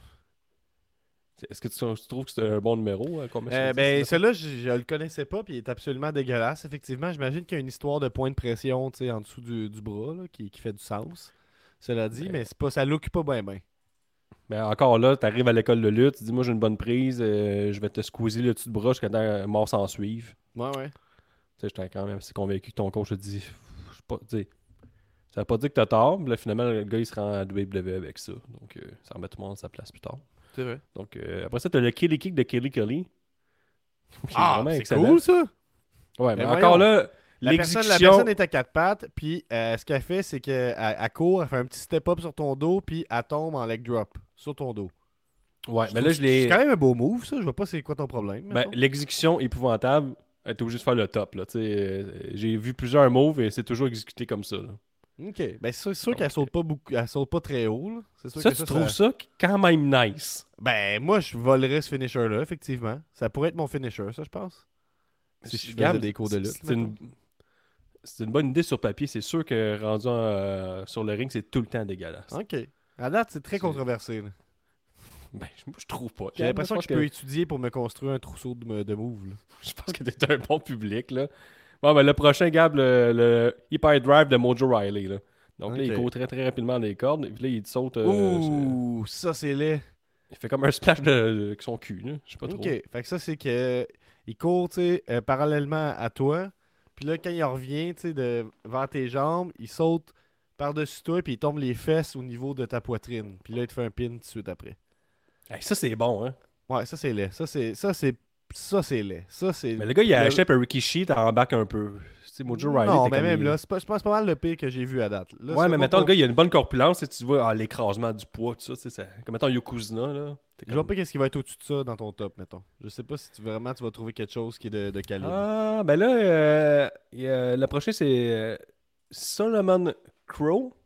S2: est-ce que tu, tu trouves que c'est un bon numéro? hein, combien
S1: Euh,
S2: sur
S1: ben,
S2: dix,
S1: celui-là, je, je le connaissais pas, puis il est absolument dégueulasse. Effectivement, j'imagine qu'il y a une histoire de point de pression, tu sais, en dessous du, du bras, là, qui, qui fait du sens. Cela dit,
S2: Ben-
S1: mais c'est pas, ça l'occupe pas bien, bien.
S2: Mais encore là, tu arrives à l'école de lutte, tu dis moi j'ai une bonne prise, euh, je vais te squeezer le dessus de bras jusqu'à temps que mort s'en suive.
S1: Ouais, ouais.
S2: Tu sais, j'étais quand même assez convaincu que ton coach te dit, je sais pas, tu sais, ça veut pas dire que t'as tort, mais là, finalement, le gars il se rend à W W E avec ça. Donc, euh, ça remet tout le monde à sa place plus tard.
S1: C'est vrai.
S2: Donc, euh, après ça, t'as le Kelly Kick de Kelly Kelly. Qui est
S1: Ah,
S2: vraiment
S1: c'est
S2: excellent.
S1: cool, ça!
S2: Ouais, mais
S1: Ben
S2: encore
S1: voyons.
S2: là,
S1: La personne, la
S2: l'exécution.
S1: personne est à quatre pattes, puis euh, ce qu'elle fait, c'est qu'elle elle court, elle fait un petit step-up sur ton dos, puis elle tombe en leg drop sur ton dos.
S2: Ouais, mais
S1: trouve
S2: là,
S1: que
S2: je l'ai.
S1: C'est quand même un beau move, ça. Je vois pas c'est quoi ton problème.
S2: Ben,
S1: mettons.
S2: l'exécution épouvantable, t'es obligé de faire le top. Là, tu sais, euh, j'ai vu plusieurs moves et c'est toujours exécuté comme ça. là.
S1: Ok. Ben, c'est sûr, c'est sûr
S2: Donc,
S1: qu'elle saute pas beaucoup, elle saute pas très haut. là. C'est sûr
S2: Ça,
S1: que
S2: tu
S1: ça,
S2: trouves
S1: ça-
S2: ça quand même nice?
S1: Ben, moi, je volerais ce finisher-là, effectivement. Ça pourrait être mon finisher, ça, je pense. Si je
S2: Regarde,
S1: faisais des cours de lutte.
S2: C'est une...
S1: mettons.
S2: c'est une bonne idée sur papier. C'est sûr que rendu euh, sur le ring, c'est tout le temps dégueulasse.
S1: Ok. À date, c'est très
S2: C'est-
S1: controversé. là.
S2: Ben, je, moi, je trouve pas.
S1: J'ai l'impression
S2: je
S1: que
S2: pense
S1: je peux étudier pour me construire un trousseau de, de moves. là.
S2: Je pense que t'es un bon public, là. Bon, ben, le prochain, Gab, le, le Hyper Drive de Mojo Riley, là. Donc là, il
S1: Ok.
S2: court très, très rapidement les cordes. Et puis là, il saute... euh,
S1: Ouh, ça, c'est laid.
S2: il fait comme un splash de, de- avec son cul, là. Je sais pas trop.
S1: Ok. Fait que ça, c'est que il court, tu sais, euh, parallèlement à toi. Puis là, quand il revient, tu sais, de vers tes jambes, il saute par-dessus toi, puis il tombe les fesses au niveau de ta poitrine. Puis là, il te fait un pin tout de suite après.
S2: Hey, ça, c'est bon, hein.
S1: Ouais, ça, c'est laid. Ça, c'est ça, c'est ça, c'est laid. Ça, c'est.
S2: Mais le gars, il a
S1: le-
S2: acheté un Rikishi, t'en embarques un peu. Tu sais, Mojo Riley,
S1: Non,
S2: t'es
S1: mais
S2: comme
S1: même
S2: il-
S1: là, c'est pas, je pense pas mal le pire que j'ai vu à date. Là,
S2: Ouais,
S1: ça
S2: mais
S1: va
S2: mettons,
S1: pas-
S2: le gars, il a une bonne corpulence, et tu vois ah, l'écrasement du poids, tout ça, tu sais, ça... Comme mettons Yokozuna, là. T'es
S1: Je vois
S2: comme-
S1: pas qu'est-ce qui va être au-dessus de ça dans ton top, mettons. Je sais pas si tu, vraiment tu vas trouver quelque chose qui est de, de calibre.
S2: Ah, ben là, euh, il y a- le prochain, c'est euh, Solomon Crow.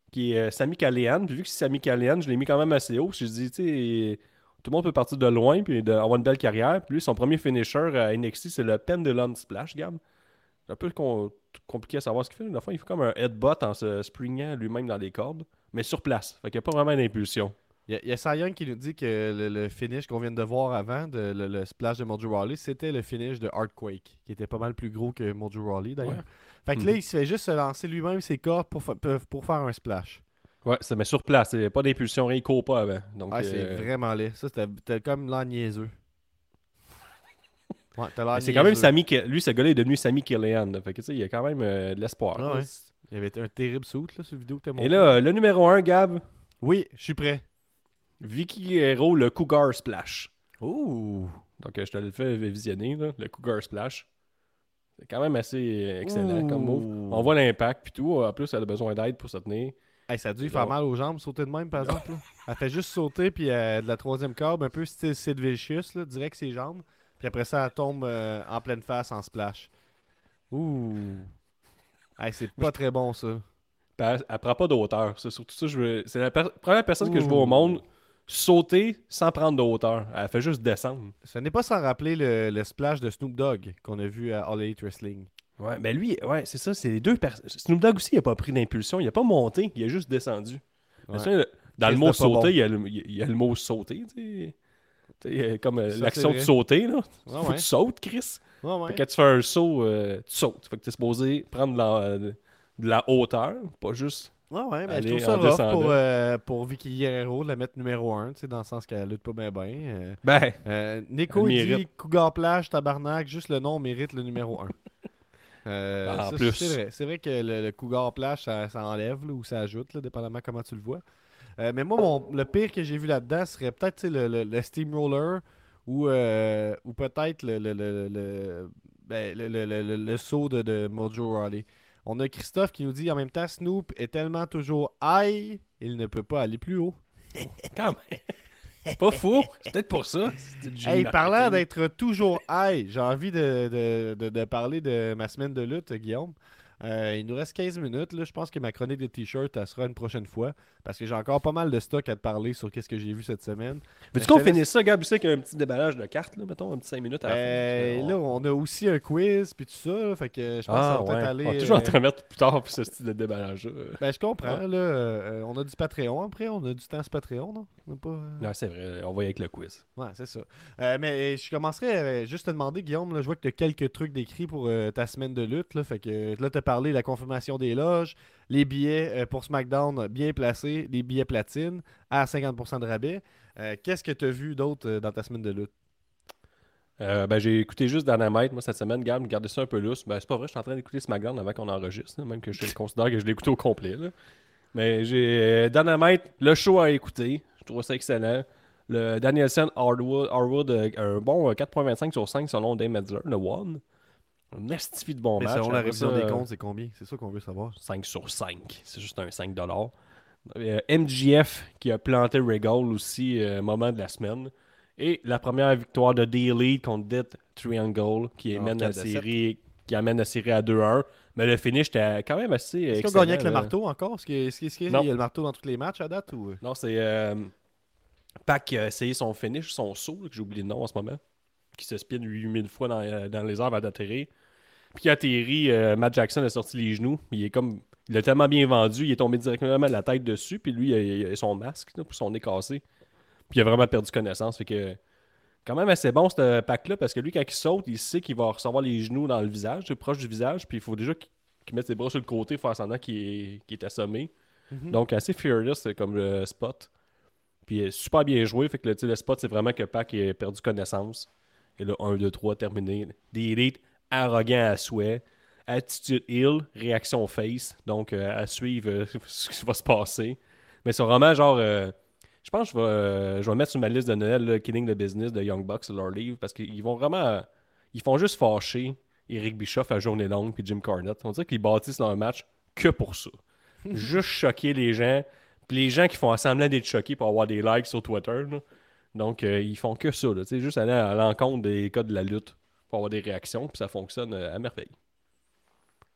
S2: qui est euh, Sami Callihan. Puis vu que c'est Sami Callihan, je l'ai mis quand même assez haut. Je me dit, tu sais, tout le monde peut partir de loin puis de- avoir une belle carrière. Puis lui, son premier finisher à N X T, c'est le Pendulum Splash, Gab. C'est un peu con- compliqué à savoir ce qu'il fait. Dans le fond, il fait comme un headbutt en se springant lui-même dans les cordes, mais sur place. Fait qu'il n'y a pas vraiment d'impulsion.
S1: Il y a, il y a Cy Young qui nous dit que le, le finish qu'on vient de voir avant, de, le, le splash de Mojo Rawley, c'était le finish de Earthquake, qui était pas mal plus gros que Mojo Rawley d'ailleurs.
S2: Ouais.
S1: Fait que là,
S2: Mhm.
S1: il se fait juste se lancer lui-même ses cordes pour, fa- pour pour faire un splash.
S2: Ouais, ça met sur place. C'est pas d'impulsion, rien, il court pas avant. Donc,
S1: Ah, c'est
S2: euh,
S1: vraiment laid. Ça, c'était c'était comme l'air niaiseux. Ouais, t'as l'air
S2: mais c'est quand même
S1: niaiseux.
S2: Sami. Ki- Lui, ce gars-là est devenu Sami Callihan. Là. Fait que, tu sais, il y a quand même euh, de l'espoir.
S1: Ah
S2: là.
S1: ouais. Il y avait un terrible saut là, sur la vidéo que t'as montré.
S2: Et là, euh, le numéro un, Gab,
S1: Oui, je suis prêt.
S2: Vicky Hero, le Cougar Splash.
S1: Ouh.
S2: Donc, euh, je te le fais visionner, là, le Cougar Splash. C'est quand même assez euh, excellent comme move.
S1: Ouh.
S2: On voit l'impact, puis tout. En plus, elle a besoin d'aide pour se tenir.
S1: Hey, ça a dû lui
S2: Non.
S1: faire mal aux jambes, sauter de même, par exemple. là. Elle fait juste sauter, puis euh, de la troisième corde, un peu style Sid Vicious, là, direct ses jambes. Puis après ça, elle tombe euh, en pleine face en splash. Ouh. Hey, c'est pas très bon, ça.
S2: Puis Elle, elle prend pas de hauteur. C'est surtout ça. Je veux... C'est la per- première personne que je vois
S1: Ouh.
S2: au monde sauter sans prendre de hauteur. Elle fait juste descendre.
S1: Ce n'est pas sans rappeler le, le splash de Snoop Dogg qu'on a vu à All Elite Wrestling.
S2: Ouais, mais lui, ouais, c'est ça. C'est les deux personnes. Snoop Dogg aussi, il a pas pris d'impulsion. Il a pas monté. Il a juste descendu.
S1: Ouais.
S2: Mais ça, le- dans le
S1: Chris
S2: mot
S1: de pas
S2: sauter,
S1: bon.
S2: il, y a le, il y a le mot sauter. Tu sais. Tu sais, euh, comme euh,
S1: Ça,
S2: l'action
S1: c'est
S2: de
S1: vrai.
S2: sauter. Là.
S1: Ouais,
S2: Faut
S1: ouais.
S2: que tu sautes, Chris.
S1: Ouais, ouais.
S2: Fait que quand tu fais un saut, euh, tu sautes. Fait que tu es supposé prendre de la, de la hauteur, pas juste.
S1: Ouais, ouais, mais je
S2: Aller
S1: trouve ça
S2: en
S1: rough
S2: descendant.
S1: pour, euh, pour Vicky Guerrero de la mettre numéro un, tu sais, dans le sens qu'elle lutte pas bien bien. Euh,
S2: Ben,
S1: euh, Nico,
S2: Elle
S1: il dit
S2: mérite.
S1: Cougar Plage, tabarnak, juste le nom mérite le numéro un. Euh,
S2: En
S1: ça,
S2: plus.
S1: C'est vrai. C'est vrai que le, le Cougar Plage, ça, ça enlève là, ou ça ajoute, là, dépendamment comment tu le vois. Euh, mais moi, mon, le pire que j'ai vu là-dedans serait peut-être tu sais, le, le, le Steamroller ou, euh, ou peut-être le, le, le, le, ben, le, le, le- le- le saut de, de Mojo Rawley. On a Christophe qui nous dit en même temps Snoop est tellement toujours high, il ne peut pas aller plus haut.
S2: quand même. Pas fou. C'est peut-être pour ça. C'est du
S1: Hey,
S2: marketing.
S1: parlant d'être toujours high, j'ai envie de, de, de, de parler de ma semaine de lutte, Guillaume. Euh, il nous reste quinze minutes. Là. Je pense que ma chronique de t-shirt, elle sera une prochaine fois. Parce que j'ai encore pas mal de stock à te parler sur qu'est-ce que j'ai vu cette semaine.
S2: Veux-tu
S1: je
S2: qu'on
S1: te laisse-
S2: finisse ça, Gab? Tu sais qu'il y a un petit déballage de cartes, là, mettons, un petit cinq minutes à la fin.
S1: Euh,
S2: Parce que
S1: là,
S2: on-
S1: on a aussi un quiz puis tout ça. là, fait que je pense que
S2: Ah,
S1: ça va peut-être
S2: ouais.
S1: aller.
S2: On va toujours en
S1: euh,
S2: train de mettre plus tard pour ce style de déballage. là.
S1: Ben, je comprends.
S2: Ouais.
S1: Là, euh, on a du Patreon après. On a du temps sur Patreon, non? On a pas, euh,
S2: Non, c'est vrai. On va y avec le quiz.
S1: Ouais, c'est ça. Euh, mais je commencerai euh, juste te demander, Guillaume, là, je vois que tu as quelques trucs décrits pour euh, ta semaine de lutte. Là, fait que là, tu as parlé de la confirmation des loges, les billets euh, pour SmackDown bien placés, les billets platine à cinquante pour cent de rabais. Euh, Qu'est-ce que tu as vu d'autre euh, dans ta semaine de lutte?
S2: Euh, ben, j'ai écouté juste Dynamite, moi, cette semaine. Gab, gardez ça un peu lousse. Ben, c'est pas vrai, je suis en train d'écouter SmackDown avant qu'on enregistre, là, même que je considère que je l'ai écouté au complet. là. Mais j'ai euh, Dynamite, le show à écouter. Je trouve ça excellent. Le Danielson Harwood, Harwood euh, un bon euh, quatre virgule vingt-cinq sur cinq selon Dave Metzler, le One. Un estifie de bon
S1: Mais
S2: match.
S1: selon la
S2: Après
S1: révision
S2: ça,
S1: des
S2: euh,
S1: comptes, c'est combien? C'est ça qu'on veut savoir.
S2: cinq sur cinq. C'est juste un cinq dollars. Euh, M J F qui a planté Regal aussi, euh, moment de la semaine. Et la première victoire de The Elite contre Death Triangle qui
S1: Ah,
S2: amène, la
S1: quatre à sept.
S2: série, qui amène la série à deux un. Mais le finish était quand même assez
S1: Est-ce qu'ils ont
S2: excellent.
S1: gagné avec le
S2: là.
S1: marteau encore? Est-ce qu'il est -ce qu'il y
S2: Non.
S1: a le marteau dans tous les matchs à date? Ou...
S2: Non, c'est euh, Pac qui a essayé son finish, son saut, là, que j'ai oublié le nom en ce moment, qui se spin huit mille fois dans, euh, dans les airs avant d'atterrir. Puis il atterrit, euh, Matt Jackson a sorti les genoux. Il est comme. Il a tellement bien vendu, il est tombé directement la tête dessus, puis lui, il a, il a son masque, là, puis son nez cassé. Puis il a vraiment perdu connaissance. Fait que. Quand même assez bon ce pack-là, parce que lui, quand il saute, il sait qu'il va recevoir les genoux dans le visage, proche du visage, puis il faut déjà qu'il qu'il mette ses bras sur le côté, faire semblant qu'il est, qu'il est assommé.
S1: Mhm.
S2: Donc, assez fearless c'est comme le spot. Puis euh, super bien joué. Fait que le, tu sais, le spot, c'est vraiment que Pac a perdu connaissance. Et là, un, deux, trois, terminé. Des élites arrogants à souhait. Attitude Hill, réaction face. Donc, euh, à suivre euh, ce qui va se passer. Mais c'est vraiment genre. euh, je pense que je vais, euh, je vais mettre sur ma liste de Noël là, Killing the Business de Young Bucks, leur livre, parce qu'ils vont vraiment. euh, ils font juste fâcher Eric Bischoff à journée longue puis Jim Cornette. On dirait qu'ils bâtissent leur match que pour ça. Juste choquer les gens. Puis les gens qui font semblant d'être choqués pour avoir des likes sur Twitter. là. Donc, euh, ils font que ça. Là. Tu sais, juste aller à l'encontre des codes de la lutte pour avoir des réactions. Puis ça fonctionne euh, à merveille.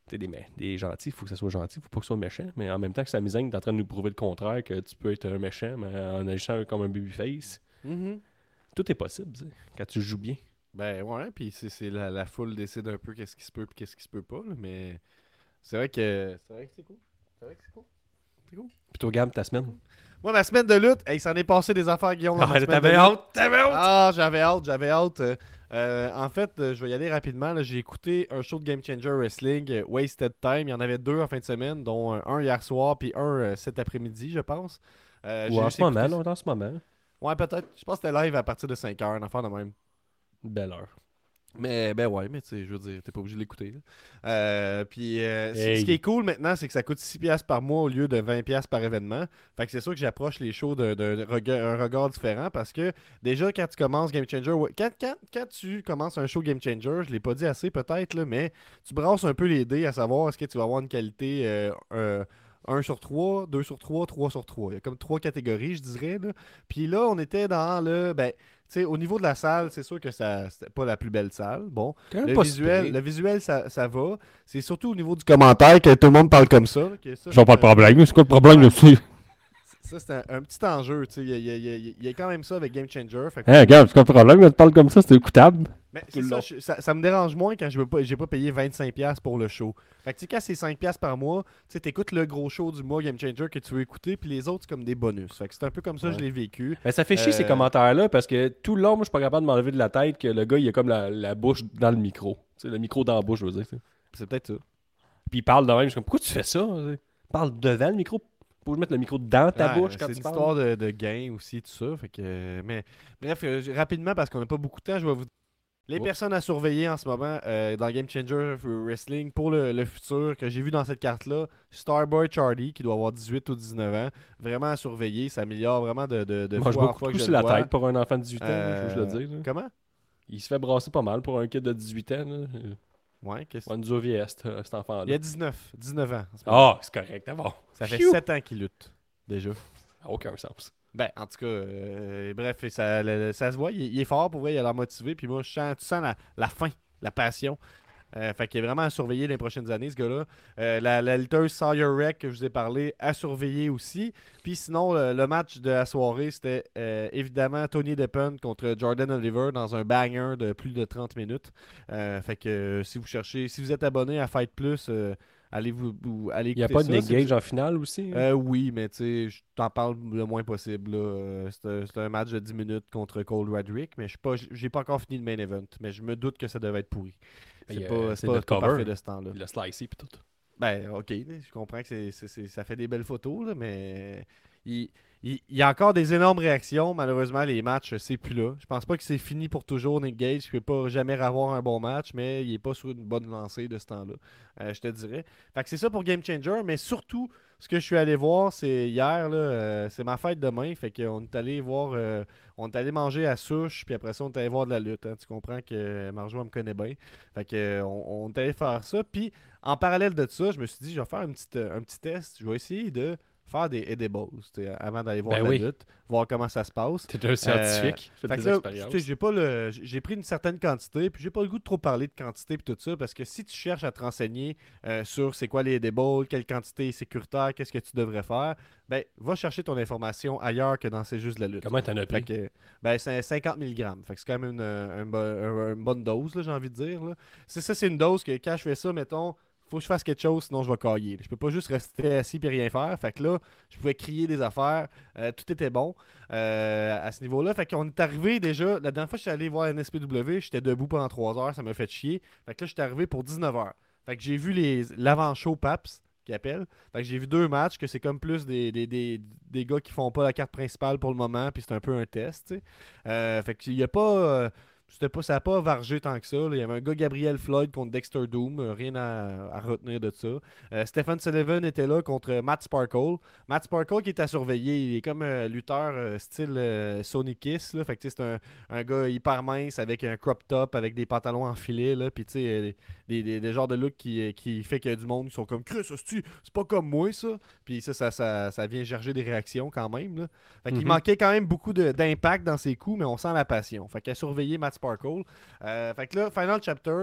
S2: T'sais, des, mé- des gentils, il faut que ça soit gentil, il faut pas que ça soit méchant. Mais en même temps que Sami Zayn est en train de nous prouver le contraire, que tu peux être un méchant mais en agissant comme un babyface.
S1: Mhm.
S2: Tout est possible, t'sais, quand tu joues bien.
S1: Ben ouais, puis c'est, c'est la, la foule décide un peu qu'est-ce qui se peut et qu'est-ce qui se peut pas, là, mais c'est vrai que c'est vrai que c'est cool. C'est vrai que c'est cool. C'est cool.
S2: Puis toi, Gab, ta semaine.
S1: Moi, ma semaine de lutte, hey, il s'en est passé des affaires, Guillaume. dans ma
S2: Ah,
S1: semaine
S2: t'avais
S1: de lutte.
S2: hâte, t'avais hâte!
S1: Ah, j'avais hâte, j'avais hâte. Euh, euh, en fait, euh, je vais y aller rapidement. là. J'ai écouté un show de Game Changer Wrestling, euh, Wasted Time. Il y en avait deux en fin de semaine, dont euh, un hier soir puis un euh, cet après-midi, je pense. Euh,
S2: Ou
S1: j'ai
S2: en
S1: juste
S2: ce moment,
S1: écouté-
S2: là, en ce moment.
S1: Ouais, peut-être. Je pense que c'était live à partir de cinq heures, une affaire de même.
S2: Belle heure.
S1: Mais ben ouais, mais tu sais, je veux dire, t'es pas obligé de l'écouter. là. Euh, puis euh, c-
S2: Hey.
S1: ce qui est cool maintenant, c'est que ça coûte six piastres par mois au lieu de vingt piastres par événement. Fait que c'est sûr que j'approche les shows d'un d'un regard, un regard différent parce que déjà quand tu commences Game Changer, ouais, quand, quand, quand tu commences un show Game Changer, je l'ai pas dit assez peut-être, là, mais tu brasses un peu les dés à savoir est-ce que tu vas avoir une qualité euh, euh, un sur trois, deux sur trois, trois sur trois. Il y a comme trois catégories, je dirais. Là. Puis là, on était dans le. Ben, tu sais, au niveau de la salle, c'est sûr que ça c'était pas la plus belle salle. Bon,
S2: Quand même
S1: le
S2: pas si
S1: visuel,
S2: pire.
S1: le visuel ça, ça va. C'est surtout au niveau du commentaire que tout le monde parle comme ça. là, que ça,
S2: J'en
S1: c'est
S2: pas de
S1: un-
S2: problème, c'est quoi le problème là-dessus?
S1: Ça, c'est un, un petit enjeu. tu sais. Il y, a- il y a- il y a- il y a quand même ça avec Game Changer. Fait que-
S2: Hein, Gab, c'est quoi le problème? Tu parles comme ça, c'est écoutable.
S1: Mais
S2: tout
S1: c'est
S2: le
S1: ça,
S2: long.
S1: je- ça, ça me dérange moins quand je veux pas, j'ai pas payé vingt-cinq piastres pour le show. Fait que tu sais, quand c'est cinq piastres par mois, tu sais, t'écoutes le gros show du mois Game Changer que tu veux écouter, puis les autres, c'est comme des bonus. Fait que c'est un peu comme ça que
S2: Ouais.
S1: je l'ai vécu.
S2: Mais ça fait chier ces
S1: Euh,
S2: commentaires-là parce que tout le long, moi, je suis pas capable de m'enlever de la tête que le gars, il a comme la, la bouche dans le micro. Tu sais, le micro dans la bouche, je veux dire. tu sais.
S1: C'est peut-être ça.
S2: Puis il parle de même. Je suis comme, pourquoi tu fais ça? tu sais? Parle devant le micro. Faut que je mette le micro dans ta
S1: Ouais,
S2: bouche quand
S1: c'est
S2: tu
S1: une
S2: parles.
S1: histoire de, de gain aussi, tout ça. Fait que, euh, mais bref, euh, j- rapidement, parce qu'on n'a pas beaucoup de temps, je vais vous les
S2: Oups.
S1: personnes à surveiller en ce moment euh, dans Game Changer Wrestling pour le, le futur que j'ai vu dans cette carte-là. Starboy Charlie, qui doit avoir dix-huit ou dix-neuf ans. Vraiment à surveiller. Ça améliore vraiment de, de, de
S2: Il mange
S1: fois en
S2: beaucoup
S1: fois
S2: de
S1: que
S2: coups
S1: je
S2: sur
S1: le
S2: la
S1: vois.
S2: tête pour un enfant de dix-huit ans,
S1: Euh,
S2: je veux le dire. là.
S1: Comment?
S2: Il se fait brasser pas mal pour un kid de dix-huit ans. Là.
S1: Ouais, qu'est-ce
S2: On nous a vieilli, cet cet
S1: Il y
S2: enfant-là.
S1: a dix-neuf, dix-neuf ans. en ce moment.
S2: Ah, c'est correct, d'abord.
S1: Ça fait
S2: Phew!
S1: sept ans qu'il lutte, déjà.
S2: Ça n'a aucun sens.
S1: Ben, en tout cas, euh, bref, ça, le- le- ça se voit, il, il est fort pour vrai, il a l'air motivé, puis moi, je sens, tu sens la, la faim, la passion. Euh, fait qu'il est vraiment à surveiller les prochaines années, ce gars-là. Euh, la, la lutteuse Sawyer Wreck, que je vous ai parlé, à surveiller aussi. Puis sinon, le, le match de la soirée, c'était euh, évidemment Tony Deppen contre Jordan Oliver dans un banger de plus de trente minutes. Euh, fait que euh, si vous cherchez, si vous êtes abonné à Fight Plus, euh, allez vous, vous allez
S2: Il n'y a
S1: écouter
S2: pas de
S1: ça.
S2: Nick
S1: Si
S2: Gage
S1: vous-
S2: en finale aussi? hein?
S1: euh, oui, mais tu sais, je t'en parle le moins possible. là. Euh, C'est un, c'est un match de dix minutes contre Cole Roderick, mais je suis pas, j'ai pas encore fini le main event. Mais je me doute que ça devait être pourri.
S2: Il
S1: C'est
S2: y a-
S1: pas,
S2: c'est
S1: c'est pas,
S2: notre
S1: pas
S2: cover.
S1: parfait de ce temps-là.
S2: Il l'a slicé puis tout.
S1: Ben, ok, je comprends que c'est, c'est- c'est- ça fait des belles photos, là, mais il, il- il y a encore des énormes réactions. Malheureusement, les matchs, c'est plus là. Je pense pas que c'est fini pour toujours, Nick Gage. Il ne peut pas jamais avoir un bon match, mais il est pas sur une bonne lancée de ce temps-là, euh, je te dirais. Fait que c'est ça pour Game Changer, mais surtout, ce que je suis allé voir, c'est hier, là, euh, c'est ma fête demain. Fait qu'on est allé voir, euh, on est allé manger à souche, puis après ça, on est allé voir de la lutte. hein. Tu comprends que Marjo, elle me connaît bien. Fait que, euh, on, on est allé faire ça. Puis, en parallèle de ça, je me suis dit, je vais faire un petit, euh, un petit test. Je vais essayer de faire des edibles tu sais, avant d'aller voir
S2: Ben
S1: la
S2: oui.
S1: lutte, voir comment ça se passe.
S2: T'es un scientifique.
S1: Fait
S2: Fais
S1: que
S2: des
S1: là,
S2: expériences.
S1: tu sais, j'ai pas le, j'ai pris une certaine quantité, puis j'ai pas le goût de trop parler de quantité puis tout ça, parce que si tu cherches à te renseigner euh, sur c'est quoi les edibles, quelle quantité est sécuritaire, qu'est-ce que tu devrais faire, ben va chercher ton information ailleurs que dans C'est juste la lutte.
S2: Comment t'en as
S1: Fait
S2: pris?
S1: que, ben, c'est cinquante milligrammes. Fait que c'est quand même une, un bo- un- une bonne dose, là, j'ai envie de dire. là. C'est ça, c'est une dose que quand je fais ça, mettons, faut que je fasse quelque chose, sinon je vais cailler. Je peux pas juste rester assis et rien faire. Fait que là, je pouvais crier des affaires. Euh, tout était bon euh, à ce niveau-là. Fait qu'on est arrivé déjà. La dernière fois que je suis allé voir N S P W, j'étais debout pendant trois heures. Ça m'a fait chier. Fait que là, j'étais arrivé pour dix-neuf heures. Fait que j'ai vu les l'avant-show PAPS qui appelle. Fait que j'ai vu deux matchs que c'est comme plus des, des, des, des gars qui font pas la carte principale pour le moment. Puis c'est un peu un test. tu sais. Euh, fait qu'il y a pas. euh, C'était pas, ça n'a pas vargé tant que ça. là. Il y avait un gars, Gabriel Floyd, contre Dexter Doom. euh, rien à, à retenir de ça. Euh, Stephen Sullivan était là contre Matt Sparkle. Matt Sparkle qui est à surveiller. Il est comme un lutteur euh, style euh, Sonic Kiss. Là. Fait que, tu sais, c'est un, un gars hyper mince avec un crop top, avec des pantalons enfilés. Là. Puis tu sais, euh, des, des, des genres de look qui, qui fait qu'il y a du monde qui sont comme Chris, hostie, c'est pas comme moi ça. Puis ça, ça, ça, ça vient gerger des réactions quand même. Là. Fait qu'il
S2: Mhm.
S1: manquait quand même beaucoup de- d'impact dans ses coups, mais on sent la passion. Fait qu'à surveiller Matt Sparkle. Euh, fait que là, Final Chapter,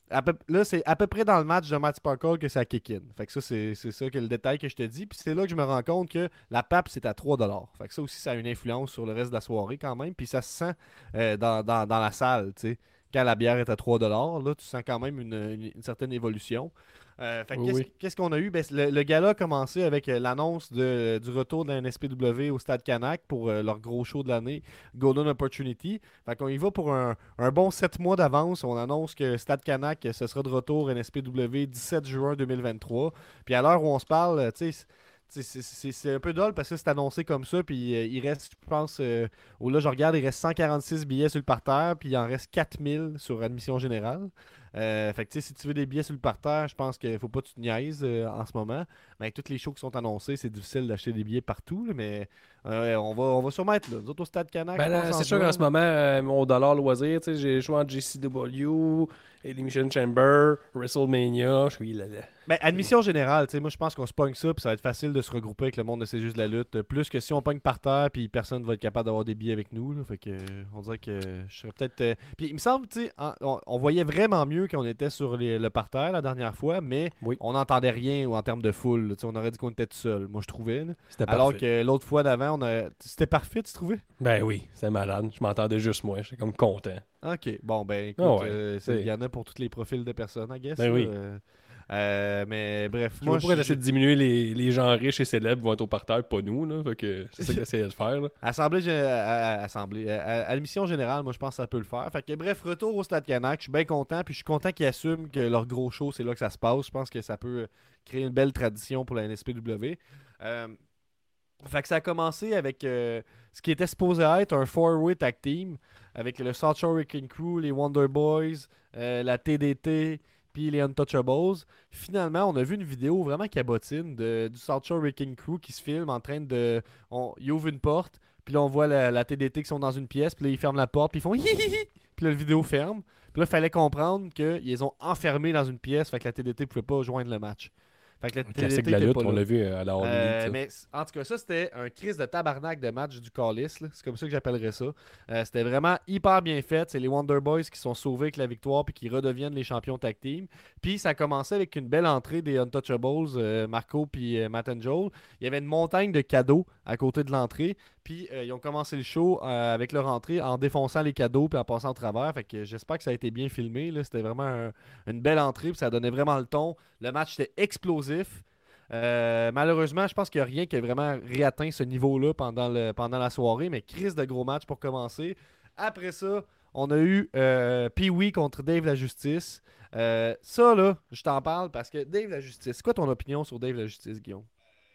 S1: À peu- là, c'est à peu près dans le match de Matt Sparkle que ça kick in. Fait que ça, c'est c'est ça que le détail que je te dis. Puis c'est là que je me rends compte que la P A P, c'est à trois dollars. Fait que ça aussi, ça a une influence sur le reste de la soirée quand même. Puis ça se sent euh, dans, dans- dans la salle, tu sais. Quand la bière est à trois dollars, là, tu sens quand même une, une- une certaine évolution. Euh, fait que
S2: Oui,
S1: qu'est-ce
S2: oui.
S1: qu'est-ce qu'on a eu? Ben, le, le gala a commencé avec euh, l'annonce de- du retour de la N S P W au Stade Canac pour euh, leur gros show de l'année, Golden Opportunity. Fait qu'on y va pour un, un bon sept mois d'avance. On annonce que Stade Canac, euh, ce sera de retour N S P W dix-sept juin deux mille vingt-trois. Puis à l'heure où on se parle, euh, tu sais, c'est- c'est c'est- c'est un peu dole parce que c'est annoncé comme ça. Puis euh, il reste, je pense, euh, oh là, je regarde, il reste cent quarante-six billets sur le parterre. Puis il en reste quatre mille sur admission générale. Euh, fait que tu sais, si tu veux des billets sur le parterre, je pense qu'il faut pas que tu te niaises euh, en ce moment. Mais avec toutes les shows qui sont annoncés, c'est difficile d'acheter des billets partout. Là, mais euh, on, va, on va sûrement être là. Nous autres au Stade Canac,
S2: Ben
S1: je
S2: là,
S1: pense en
S2: c'est sûr
S1: juin.
S2: qu'en ce moment, euh, mon dollar loisir, tu sais, j'ai joué en J C W, Elimination Chamber, WrestleMania, je suis là, là.
S1: Ben, admission générale, tu sais, moi je pense qu'on se pogne ça, puis ça va être facile de se regrouper avec le monde de C'est juste la lutte. Plus que si on pogne par terre, puis personne va être capable d'avoir des billets avec nous. Là, fait que, euh, on dirait que je serais peut-être. euh, Puis il me semble, tu sais, en- on, on voyait vraiment mieux qu'on était sur les- le parterre la dernière fois, mais
S2: Oui.
S1: on n'entendait rien ou en termes de foule. Là, tu sais, on aurait dit qu'on était tout seul, moi je trouvais. Là.
S2: C'était
S1: Alors
S2: parfait.
S1: que l'autre fois d'avant, on a... c'était parfait, tu trouvais?
S2: Ben oui, c'est malade. Je m'entendais juste moi. J'étais comme content.
S1: Ok, bon, ben écoute,
S2: Ah ouais,
S1: euh, c'est- il
S2: c'est-
S1: y en a pour tous les profils de personnes, I guess.
S2: Ben
S1: là,
S2: oui.
S1: euh, euh, mais bref,
S2: Je
S1: moi
S2: vois pourquoi
S1: je-
S2: t'essaies de diminuer les, les gens riches et célèbres vont être au parterre, pas nous. Là. Fait que c'est ça que j'essayais de faire. Là.
S1: Assemblée, gé- à- à- assemblée, à, à- à l'émission générale, moi je pense que ça peut le faire. Fait que bref, retour au Stade Canac, je suis bien content, puis je suis content qu'ils assument que leur gros show, c'est là que ça se passe. Je pense que ça peut créer une belle tradition pour la N S P W. Euh, fait que ça a commencé avec euh, ce qui était supposé être un four-way tag team, avec le South Shore Wrecking Crew, les Wonder Boys, euh, la T D T, puis les Untouchables. Finalement, on a vu une vidéo vraiment cabotine de, du South Shore Wrecking Crew qui se filme en train de... On, ils ouvrent une porte, puis là on voit la, la T D T qui sont dans une pièce, puis là ils ferment la porte, puis ils font hihihi, puis là la vidéo ferme. Puis là, il fallait comprendre qu'ils les ont enfermés dans une pièce, fait que la T D T pouvait pas joindre le match. Fait que la
S2: Un
S1: T D T
S2: classique de la
S1: était
S2: lutte,
S1: pas
S2: on
S1: là.
S2: l'a vu à la All
S1: Euh,
S2: Elite, ça.
S1: mais c- en tout cas, ça c'était un crise de tabarnak de match du Callis. là. C'est comme ça que j'appellerais ça. Euh, c'était vraiment hyper bien fait. C'est les Wonder Boys qui sont sauvés avec la victoire puis qui redeviennent les champions tag team. Puis ça a commencé avec une belle entrée des Untouchables, euh, Marco puis euh, Matt and Joel. Il y avait une montagne de cadeaux à côté de l'entrée. Puis euh, ils ont commencé le show euh, avec leur entrée en défonçant les cadeaux puis en passant au travers. Fait que j'espère que ça a été bien filmé. là. C'était vraiment un- une belle entrée puis ça donnait vraiment le ton. Le match était explosif. Euh, malheureusement, je pense qu'il n'y a rien qui a vraiment réatteint ce niveau-là pendant, le, pendant la soirée, mais crise de gros match pour commencer. Après ça, on a eu euh, Pee-Wee contre Dave la Justice. Euh, ça, là, je t'en parle parce que Dave la Justice, c'est quoi ton opinion sur Dave la Justice, Guillaume?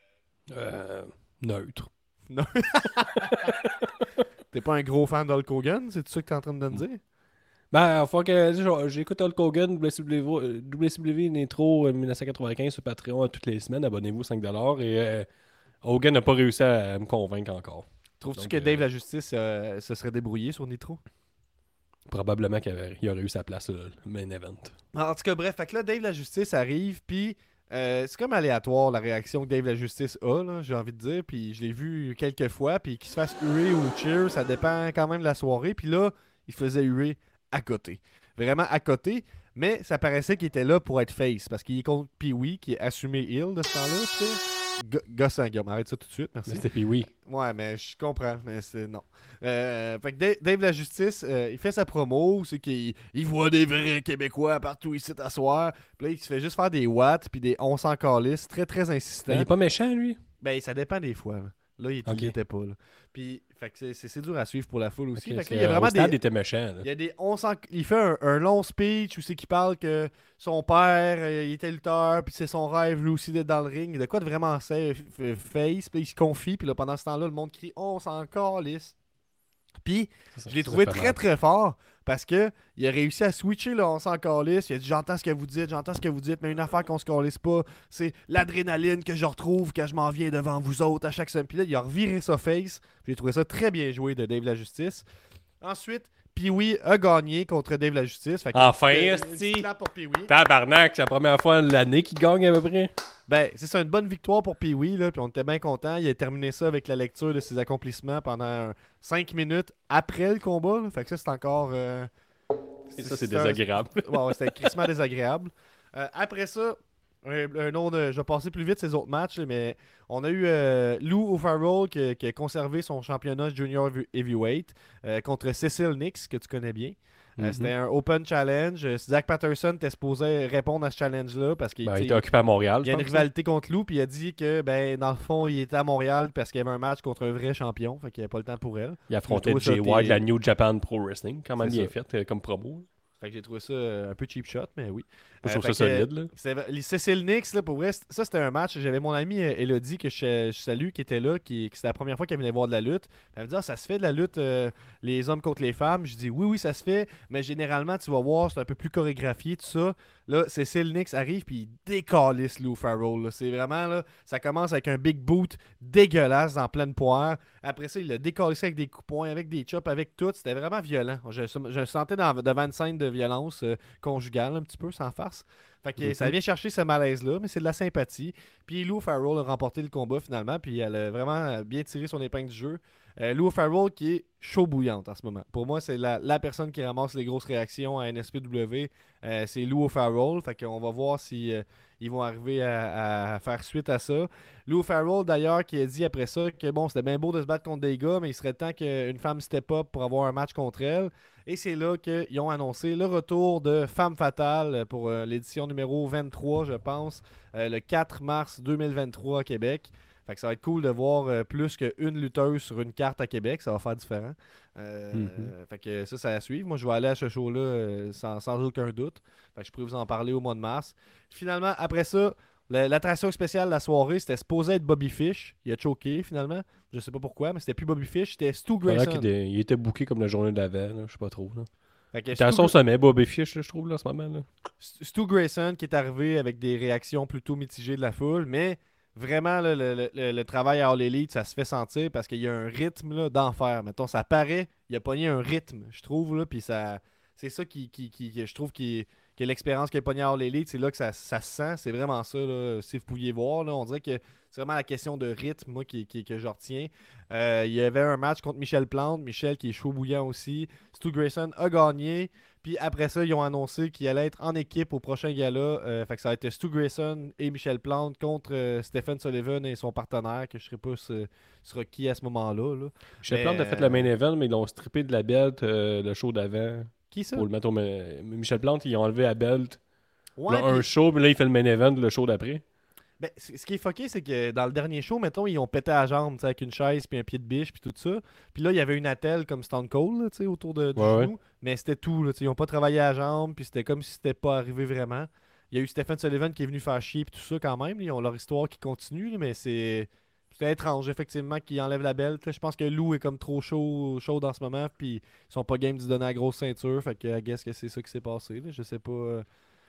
S2: Euh, neutre.
S1: T'es pas un gros fan d'Hulk Hogan? C'est ça que t'es en train de me dire?
S2: Ben, faut que genre, j'écoute Hulk Hogan, W C W, euh, W C W Nitro euh, dix-neuf cent quatre-vingt-quinze sur Patreon euh, toutes les semaines. Abonnez-vous cinq dollars. Et euh, Hogan n'a pas réussi à me convaincre encore.
S1: Trouves-tu
S2: Donc,
S1: que
S2: euh,
S1: Dave la Justice euh, se serait débrouillé sur Nitro?
S2: Probablement qu'il avait- il aurait eu sa place euh, le main event.
S1: En tout cas, bref, fait que là, Dave la Justice arrive, puis euh, c'est comme aléatoire la réaction que Dave la Justice a, là, j'ai envie de dire, puis je l'ai vu quelques fois, puis qu'il se fasse huer ou cheer, ça dépend quand même de la soirée, puis là, il se faisait huer à côté. Vraiment à côté, mais ça paraissait qu'il était là pour être face, parce qu'il est contre Pee-Wee, qui est assumé heel de ce temps-là, tu sais. Go- Gossant, Guillaume, arrête ça tout de suite, merci.
S2: Mais c'était puis oui.
S1: Ouais, mais je comprends, mais c'est non. Euh, fait que Dave, Dave la Justice, euh, il fait sa promo, c'est qu'il il voit des vrais Québécois partout ici t'asseoir. Puis là, il se fait juste faire des watts puis des on s'en calisse, très très insistant.
S2: Mais il est pas méchant, lui.
S1: Ben, ça dépend des fois. Là, là il,
S2: Ok.
S1: il était pas. Là. Puis, fait que c'est- c'est c'est dur à suivre pour la foule aussi.
S2: Ok,
S1: Fait que
S2: c'est,
S1: là, il y a
S2: euh,
S1: vraiment
S2: au stade, il
S1: des.
S2: était méchant. là.
S1: Il y a des on s'en- il fait un, un long speech où c'est qu'il parle que son père, euh, il était lutteur, puis c'est son rêve lui aussi d'être dans le ring. De quoi de vraiment safe, f- face, puis il se confie, puis là, pendant ce temps-là, le monde crie on s'en calisse. Puis,
S2: Ça,
S1: je l'ai
S2: ça
S1: trouvé
S2: fait
S1: très
S2: mal.
S1: très fort parce que il a réussi à switcher là, on s'en calisse. Il a dit j'entends ce que vous dites, j'entends ce que vous dites, mais une affaire qu'on se calisse pas, c'est l'adrénaline que je retrouve quand je m'en viens devant vous autres à chaque semaine. Puis là, il a reviré sa face. J'ai trouvé ça très bien joué de Dave la Justice. Ensuite, Pee-Wee a gagné contre Dave la Justice. Fait que-
S2: Enfin,
S1: euh,
S2: esti.
S1: une petite clap pour Pee-Wee.
S2: Tabarnak, c'est la première fois de l'année qu'il gagne à peu près.
S1: Ben, c'est ça, une bonne victoire pour Pee-Wee, là, puis on était bien contents. Il a terminé ça avec la lecture de ses accomplissements pendant cinq minutes après le combat. Là. Fait que ça, c'est encore, euh,
S2: Et ça, c'est
S1: C'est un-
S2: désagréable.
S1: Bon, ouais, c'était crissement désagréable. Euh, après ça, un, un nom de, je vais passer plus vite ces autres matchs, là, mais on a eu euh, Lou O'Farrell qui, qui a conservé son championnat junior heavy- heavyweight euh, contre Cecil Nix, que tu connais bien. Euh,
S2: Mhm.
S1: C'était un open challenge. Euh, Zach Patterson était supposé répondre à ce challenge-là parce qu'il
S2: Ben,
S1: tu
S2: il
S1: sais,
S2: était occupé à Montréal,
S1: il y a
S2: je
S1: une
S2: pense.
S1: rivalité contre Lou, puis il a dit que ben dans le fond, il était à Montréal parce qu'il y avait un match contre un vrai champion, fait qu'il n'y avait pas le temps pour elle.
S2: Il affrontait
S1: J'ai trouvé
S2: Jay
S1: ça
S2: White de la
S1: des-
S2: New Japan Pro Wrestling. Quand même
S1: C'est
S2: bien
S1: ça.
S2: fait euh, comme promo.
S1: Fait que j'ai trouvé ça euh, un peu cheap shot, mais oui.
S2: Je
S1: Euh,
S2: trouve
S1: fait
S2: ça
S1: que,
S2: solide. Là.
S1: c'est- les Cécile Nix, là, pour vrai, c- ça c'était un match. J'avais mon amie euh, Elodie que je, je salue, qui était là, qui, qui c'était la première fois qu'elle venait voir de la lutte. Elle me dit ah, ça se fait de la lutte, euh, les hommes contre les femmes. Je dis oui, oui, ça se fait, mais généralement, tu vas voir, c'est un peu plus chorégraphié, tout ça. Là, Cécile Nix arrive, puis il décalisse Lou Farrell. là. C'est vraiment, là, ça commence avec un big boot dégueulasse en pleine poire. Après ça, il l'a décalissé avec des coups de poing, avec des chops, avec tout. C'était vraiment violent. Je, je sentais dans, devant une scène de violence euh, conjugale, un petit peu, sans farce. Fait que
S2: Mhm.
S1: ça vient chercher ce malaise-là, mais c'est de la sympathie. Puis Lou Farrell a remporté le combat finalement, puis elle a vraiment bien tiré son épingle du jeu. Euh, Lou Farrell qui est chaud bouillante en ce moment. Pour moi, c'est la, la personne qui ramasse les grosses réactions à N S P W. Euh, c'est Lou Farrell. Fait qu'on va voir si euh, ils vont arriver à, à faire suite à ça. Lou Farrell, d'ailleurs, qui a dit après ça que bon, c'était bien beau de se battre contre des gars, mais il serait temps qu'une femme step up pour avoir un match contre elle. Et c'est là qu'ils ont annoncé le retour de Femme Fatale pour euh, l'édition numéro vingt-trois, je pense, euh, le quatre mars deux mille vingt-trois à Québec. Fait que ça va être cool de voir euh, plus qu'une lutteuse sur une carte à Québec. Ça va faire différent. Euh,
S2: Mhm.
S1: Fait que ça, ça à suivre. Moi, je vais aller à ce show-là euh, sans, sans aucun doute. Fait que je pourrais vous en parler au mois de mars. Finalement, après ça, la- l'attraction spéciale de la soirée, c'était supposé être Bobby Fish. Il a choqué finalement. Je sais pas pourquoi, mais c'était plus Bobby Fish, c'était Stu
S2: Pendant
S1: Grayson.
S2: qu'il était- il était booké comme la journée d'avant. là, Je sais pas trop. Là.
S1: Fait que
S2: Il était à
S1: Stu
S2: son
S1: Gra-
S2: sommet, Bobby Fish, là, je trouve, là, en ce moment. Là.
S1: Stu Grayson qui est arrivé avec des réactions plutôt mitigées de la foule, mais vraiment là, le, le- le- le travail à All Elite, ça se fait sentir parce qu'il y a un rythme là, d'enfer. Mettons, ça paraît, il a pogné un rythme, je trouve, là, puis ça, c'est ça qui, qui, qui- que je trouve qui, que l'expérience qu'il a pogné à All Elite, c'est là que ça, ça se sent, c'est vraiment ça, là, si vous pouviez voir, là, on dirait que c'est vraiment la question de rythme, moi, qui, qui- que je retiens. Euh, il y avait un match contre Michel Plante, Michel qui est chaud bouillant aussi. Stu Grayson a gagné. Puis après ça, ils ont annoncé qu'il allait être en équipe au prochain gala. Euh, fait que ça va être Stu Grayson et Michel Plante contre euh, Stephen Sullivan et son partenaire, que je ne sais pas ce sera qui à ce moment-là. Là.
S2: Michel
S1: Mais,
S2: Plante a fait
S1: euh,
S2: le main event, mais ils l'ont strippé de la belt euh, le show d'avant.
S1: Qui ça?
S2: Pour le mettre au main- Michel Plante, ils ont enlevé la belt.
S1: Ouais,
S2: Là, un
S1: puis-
S2: show, mais là, il fait le main event le show d'après.
S1: ben, c- ce qui est fucké, c'est que dans le dernier show, mettons, ils ont pété la jambe tu sais, avec une chaise puis un pied de biche puis tout ça. Puis là, il y avait une attelle comme Stone Cold là, tu sais, autour de, du
S2: Ouais,
S1: genou. Mais c'était tout. Là, tu sais, ils n'ont pas travaillé la jambe puis c'était comme si c'était pas arrivé vraiment. Il y a eu Stephen Sullivan qui est venu faire chier puis tout ça quand même. Ils ont leur histoire qui continue, là, mais c'est c'est étrange, effectivement, qu'ils enlèvent la belt. là. Je pense que Lou est comme trop chaud, chaud en ce moment puis ils sont pas game de se donner la grosse ceinture. Fait que, I guess que c'est ça qui s'est passé. Là. Je sais pas... euh,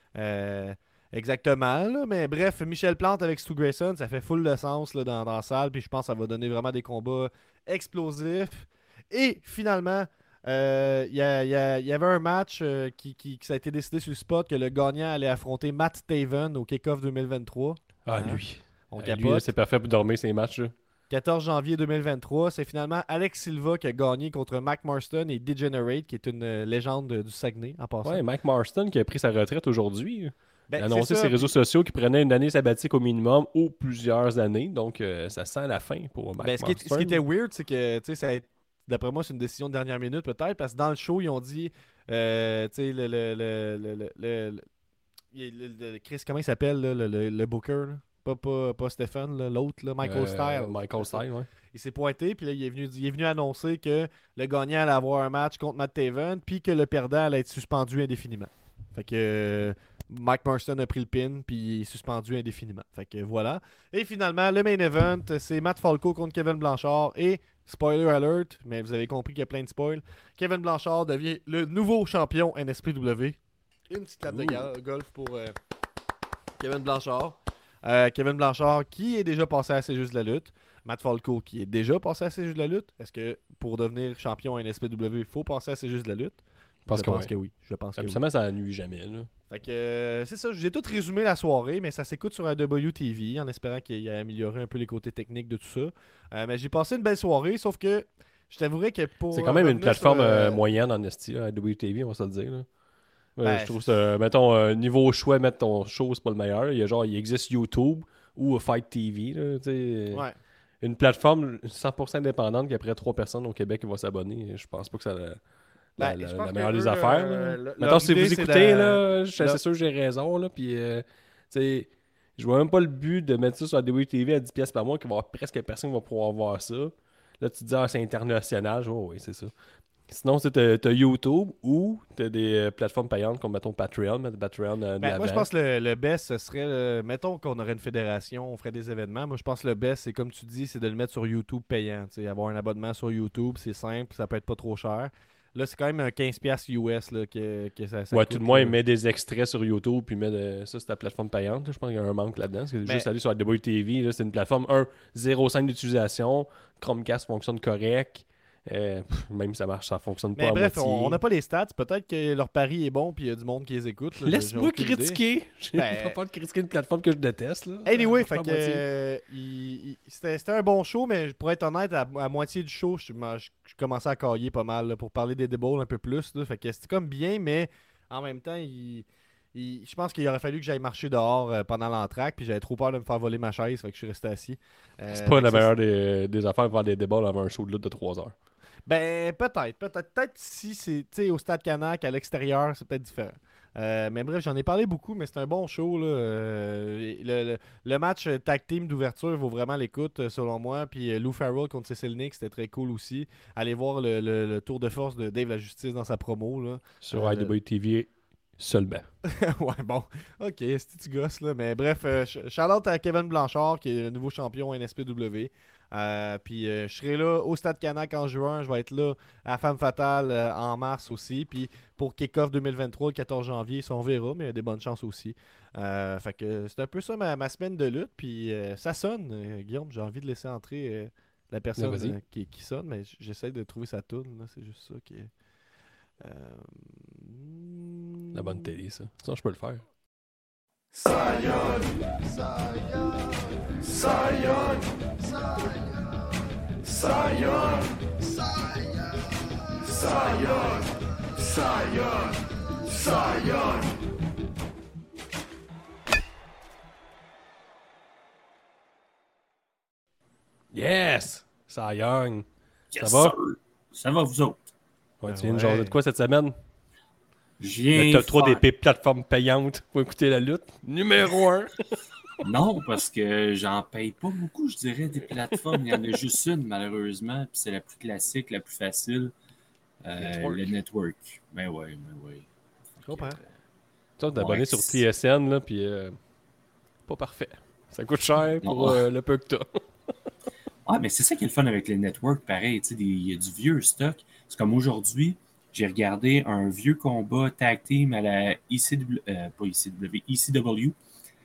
S1: euh, exactement, là, mais bref, Michel Plante avec Stu Grayson, ça fait full de sens là, dans, dans la salle, puis je pense que ça va donner vraiment des combats explosifs. Et finalement, euh, il y, a- il y a- il y avait un match euh, qui, qui, qui ça a été décidé sur le spot que le gagnant allait affronter Matt Taven au Kickoff deux mille vingt-trois.
S2: Ah,
S1: Hein?
S2: lui.
S1: On
S2: Euh, lui,
S1: capote.
S2: c'est parfait pour dormir ces matchs. Là.
S1: quatorze janvier deux mille vingt-trois, c'est finalement Alex Silva qui a gagné contre Mac Marston et Degenerate, qui est une euh, légende de- du Saguenay en passant.
S2: Ouais, Mike Marston qui a pris sa retraite aujourd'hui.
S1: Ben,
S2: Il a
S1: c'est
S2: annoncé
S1: ça,
S2: sur ses
S1: puis-
S2: réseaux sociaux qu'il prenait une année sabbatique au minimum ou plusieurs années. Donc, euh, ça sent la fin pour Mike
S1: Ben, ce, qui, est-
S2: Marston.
S1: ce qui était weird, c'est que, tu sais, ça a été- d'après moi, c'est une décision de dernière minute peut-être, parce que dans le show, ils ont dit, euh, tu sais, le, le, le, le, le, le- le- il- le- le- Chris, comment il s'appelle, là, le, le, le booker, là? Pas, pas, pas Stephen, là, l'autre, là, Michael
S2: Euh,
S1: Style.
S2: Michael Style, ouais.
S1: Il s'est pointé, puis là, il est, venu, il est venu annoncer que le gagnant allait avoir un match contre Matt Taven, puis que le perdant allait être suspendu indéfiniment. Fait que euh, Mike Marston a pris le pin, puis il est suspendu indéfiniment. Fait que voilà. Et finalement, le main event, c'est Matt Falco contre Kevin Blanchard. Et, spoiler alert, mais vous avez compris qu'il y a plein de spoils, Kevin Blanchard devient le nouveau champion N S P W. Une petite table de ga- golf pour euh, Kevin Blanchard. Euh, Kevin Blanchard qui est déjà passé à C'est juste de la lutte. Matt Falco qui est déjà passé à C'est juste de la lutte. Est-ce que pour devenir champion N S P W, il faut passer à C'est juste de la lutte?
S2: Je pense
S1: Je
S2: que,
S1: pense
S2: ouais.
S1: que oui. Je pense que oui.
S2: Absolument, ça nuit jamais. Là.
S1: Fait que euh, c'est ça, j'ai tout résumé la soirée, mais ça s'écoute sur A W T V en espérant qu'il ait amélioré un peu les côtés techniques de tout ça. Euh, mais j'ai passé une belle soirée, sauf que je t'avouerais que pour.
S2: C'est quand même une
S1: revenir
S2: plateforme
S1: sur, euh,
S2: euh, moyenne en esti, à W T V, on va se le dire. Là. Ouais,
S1: Ben,
S2: je trouve ça. Mettons, euh, niveau choix, mettre ton show, c'est pas le meilleur. Il y a genre, il existe YouTube ou Fight T V. Là, tu sais.
S1: Ouais.
S2: Une plateforme cent pour cent indépendante qui après trois personnes au Québec qui vont s'abonner. Je pense pas que ça. La,
S1: Ben,
S2: la,
S1: je
S2: la
S1: pense que
S2: meilleure des
S1: eux,
S2: affaires.
S1: euh,
S2: là.
S1: le-
S2: Mettons,
S1: leur
S2: si vous
S1: idée, c'est
S2: écoutez,
S1: de-
S2: là, je suis
S1: leur-
S2: assez sûr que j'ai raison. Là, puis, euh, tu sais, je vois même pas le but de mettre ça sur la W T V à dix piastres par mois, qu'il va y avoir presque personne qui va pouvoir voir ça. Là, tu te dis, ah, c'est international. Oh, oui, c'est ça. Sinon, tu as YouTube ou tu as des euh, plateformes payantes comme, mettons, Patreon. Mettre Patreon euh, de
S1: Ben, moi, je
S2: l'avant.
S1: pense que le, le best, ce serait. euh, mettons qu'on aurait une fédération, on ferait des événements. Moi, je pense que le best, c'est comme tu dis, c'est de le mettre sur YouTube payant. Tu sais, avoir un abonnement sur YouTube, c'est simple, ça peut être pas trop cher. Là, c'est quand même un quinze piastres U S là, que, que ça, ça
S2: Ouais,
S1: coûte,
S2: tout le moins,
S1: là.
S2: il met des extraits sur YouTube, puis il met de... ça, c'est la plateforme payante. là. Je pense qu'il y a un manque là-dedans. Parce que
S1: Mais-
S2: juste aller sur la W T V, là, c'est une plateforme un zéro cinq d'utilisation. Chromecast fonctionne correct. Euh, pff, même ça marche, ça fonctionne pas
S1: Mais
S2: à
S1: bref,
S2: moitié.
S1: on n'a pas les stats. Peut-être que leur pari est bon puis il y a du monde qui les écoute. là. J'ai-
S2: Laisse-moi
S1: j'ai aucune idée.
S2: critiquer. J'ai
S1: Ben-
S2: pas peur de critiquer une plateforme que je déteste. Là.
S1: Anyway,
S2: Ça
S1: fait
S2: marche
S1: que,
S2: pas à moitié.
S1: euh, il- il- c'était c'était un bon show, mais pour être honnête, à, à moitié du show, je, m'en- je- je commençais à cailler pas mal là, pour parler des déballs un peu plus. Là. Fait que c'était comme bien, mais en même temps, il, il- je pense qu'il aurait fallu que j'aille marcher dehors euh, pendant l'entraque, puis j'avais trop peur de me faire voler ma chaise, fait que je suis resté assis. Euh,
S2: C'est
S1: fait
S2: pas
S1: que
S2: la
S1: ça,
S2: meilleure des, des affaires de faire des débats avant un show de lutte de trois heures.
S1: Ben, peut-être. Peut-être peut-être si c'est tu sais, au Stade Canac, à l'extérieur, c'est peut-être différent. Euh, mais bref, j'en ai parlé beaucoup, mais c'est un bon show. Là. Euh, le, le- le match euh, tag team d'ouverture vaut vraiment l'écoute, euh, selon moi. Puis euh, Lou Farrell contre Cecil Nick, c'était très cool aussi. Allez voir le, le- le tour de force de Dave la Justice dans sa promo. Là.
S2: Sur
S1: Euh,
S2: I W T V seulement.
S1: ouais, bon. Ok, c'est tu gosses, là. Mais bref, euh, sh- shout-out à Kevin Blanchard, qui est le nouveau champion N S P W. Euh, puis euh, je serai là au Stade Canac en juin. Je vais être là à Femme Fatale euh, en mars aussi. Puis pour Kick-Off deux mille vingt-trois, le quatorze janvier, ça on verra, mais il y a des bonnes chances aussi. Euh, fait que c'est un peu ça ma, ma semaine de lutte. Puis euh, ça sonne, euh, Guillaume. J'ai envie de laisser entrer euh, la personne
S2: Ben, vas-y.
S1: euh, qui, qui sonne, mais j- j'essaie de trouver sa toune. là. C'est juste ça qui est. Euh,
S2: La bonne télé, ça. Ça, je peux le faire. Yes! Cy Young.
S6: Yes,
S2: Ça va?
S6: sir. Ça va, vous autres?
S2: Ouais,
S1: Ah
S2: tu viens de
S1: ouais.
S2: jaser de quoi cette semaine?
S6: Je
S2: Le
S6: viens
S2: top trois
S6: faire-
S2: des p- plateformes payantes pour écouter la lutte. Numéro un.
S6: Non, parce que j'en paye pas beaucoup, je dirais, des plateformes. Il y en a juste une, malheureusement. Puis c'est la plus classique, la plus facile. Euh,
S2: Network.
S6: le network. Ben ouais, ben ouais.
S1: Je comprends.
S2: Tu t'es abonné
S6: Ouais,
S2: sur
S6: c'est-
S2: T S N, là, puis euh, pas parfait. Ça coûte cher pour
S6: Non.
S2: euh, le peu que t'as.
S6: Ah, mais c'est ça qui est le fun avec les networks, pareil. Tu sais, des- il y a du vieux stock. C'est comme aujourd'hui, j'ai regardé un vieux combat tag team à la I C W, euh, pas I C W, I C W,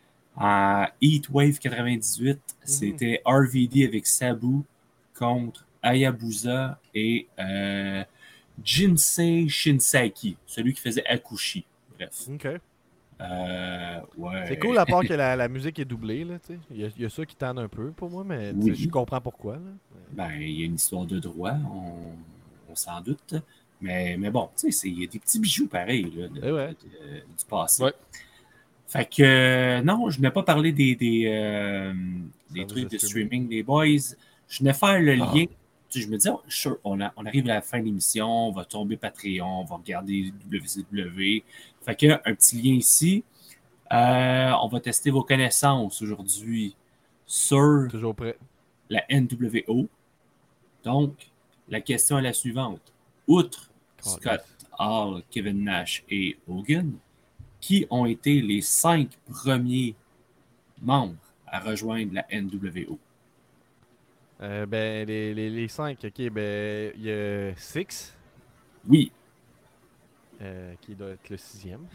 S6: à Heatwave quatre-vingt-dix-huit. C'était R V D avec Sabu contre Hayabusa et euh, Jinsei Shinsaki, celui qui faisait Akushi. Bref.
S1: Ok.
S6: Euh, ouais.
S1: C'est cool à part que la, la musique est doublée. Là, tu sais. il, y a, il y a ça qui tanne un peu pour moi, mais tu sais,
S6: Oui.
S1: je comprends pourquoi. Là.
S6: Ben, il y a une histoire de droit, on, on s'en doute. Mais, mais bon, tu sais, c'est- il y a des petits bijoux pareils là, de-
S1: Eh ouais.
S6: de- de- du passé.
S2: Ouais.
S6: Fait que, euh, non, je n'ai pas parlé des, des, euh, des
S1: Service
S6: trucs
S1: de
S6: de
S1: streaming.
S6: streaming des boys. Je venais faire le
S2: Ah.
S6: lien. Tu sais, je me disais, oh, sure, on, a- on arrive à la fin de l'émission, on va tomber Patreon, on va regarder W C W. Fait que, un petit lien ici. Euh, on va tester vos connaissances aujourd'hui sur
S1: Toujours prêt.
S6: la N W O. Donc, la question est la suivante. Outre Scott Hall, Kevin Nash et Hogan, qui ont été les cinq premiers membres à rejoindre la N W O?
S1: Euh, ben, les, les, les cinq, ok, ben, il y a Six,
S6: Oui,
S1: euh, qui doit être le sixième.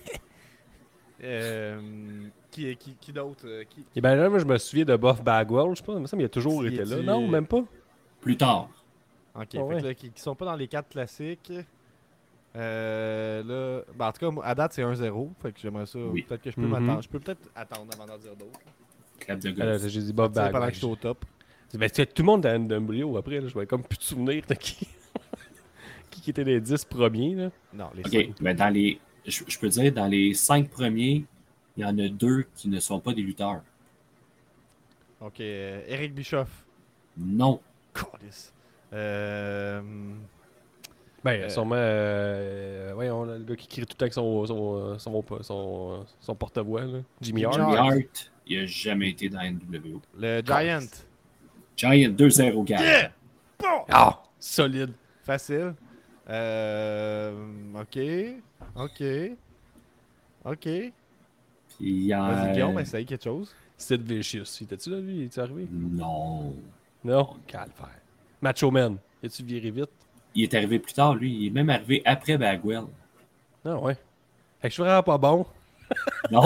S1: euh, qui qui, qui d'autre euh, qui...
S2: Et ben là, moi, je me souviens de Buff Bagwell, je sais pas, il me semble qu'il a toujours
S1: Qui
S2: été là.
S1: est-tu-
S2: Non, même pas.
S6: plus tard.
S1: Ok,
S2: Ah
S1: fait
S2: ouais.
S1: que là, qui, qui sont pas dans les quatre classiques. Euh, là, ben, en tout cas, moi, à date, c'est un zéro. Fait que j'aimerais ça.
S6: Oui.
S1: Peut-être que je peux
S2: Mhm.
S1: m'attendre. Je peux peut-être attendre avant d'en dire d'autres.
S6: Clap de
S2: Alors,
S6: golf.
S2: j'ai dit Bob
S1: Tu sais, pendant que
S2: Bagwell.
S1: je suis au top.
S2: Ben, tu sais, tout le monde dans N W O après, là, je vais comme plus de souvenirs de qui. qui qui était les dix premiers. Là.
S1: Non, les
S6: OK,
S1: cinq.
S6: ben dans les, je, je peux dire, dans les cinq premiers, il y en a deux qui ne sont pas des lutteurs.
S1: Ok, euh, Eric Bischoff.
S6: Non.
S1: Câlisse. Euh...
S2: Ben,
S1: Euh.
S2: sûrement. Euh, voyons, là, le gars qui crie tout le temps avec son, son, son, son, son, son porte-voix, là. Jimmy Hart.
S1: Jimmy
S6: Jimmy
S1: Hart.
S6: Hart, il n'a jamais été dans N W O.
S1: Le Giant.
S6: Giant deux zéro gars.
S1: Yeah! Bon!
S2: Ah! Solide.
S1: Facile. Euh... Ok. Ok. Ok.
S6: Puis il y a.
S1: Vas-y, Guillaume, essaye quelque chose.
S2: Sid Vicious. Était-tu là, lui? Est-tu arrivé?
S6: Non.
S2: Non? Calvaire. Macho Man. Es-tu viré vite?
S6: Il est arrivé plus tard, lui. Il est même arrivé après Bagwell.
S2: Non, ouais. Fait que je suis vraiment pas bon.
S6: Non.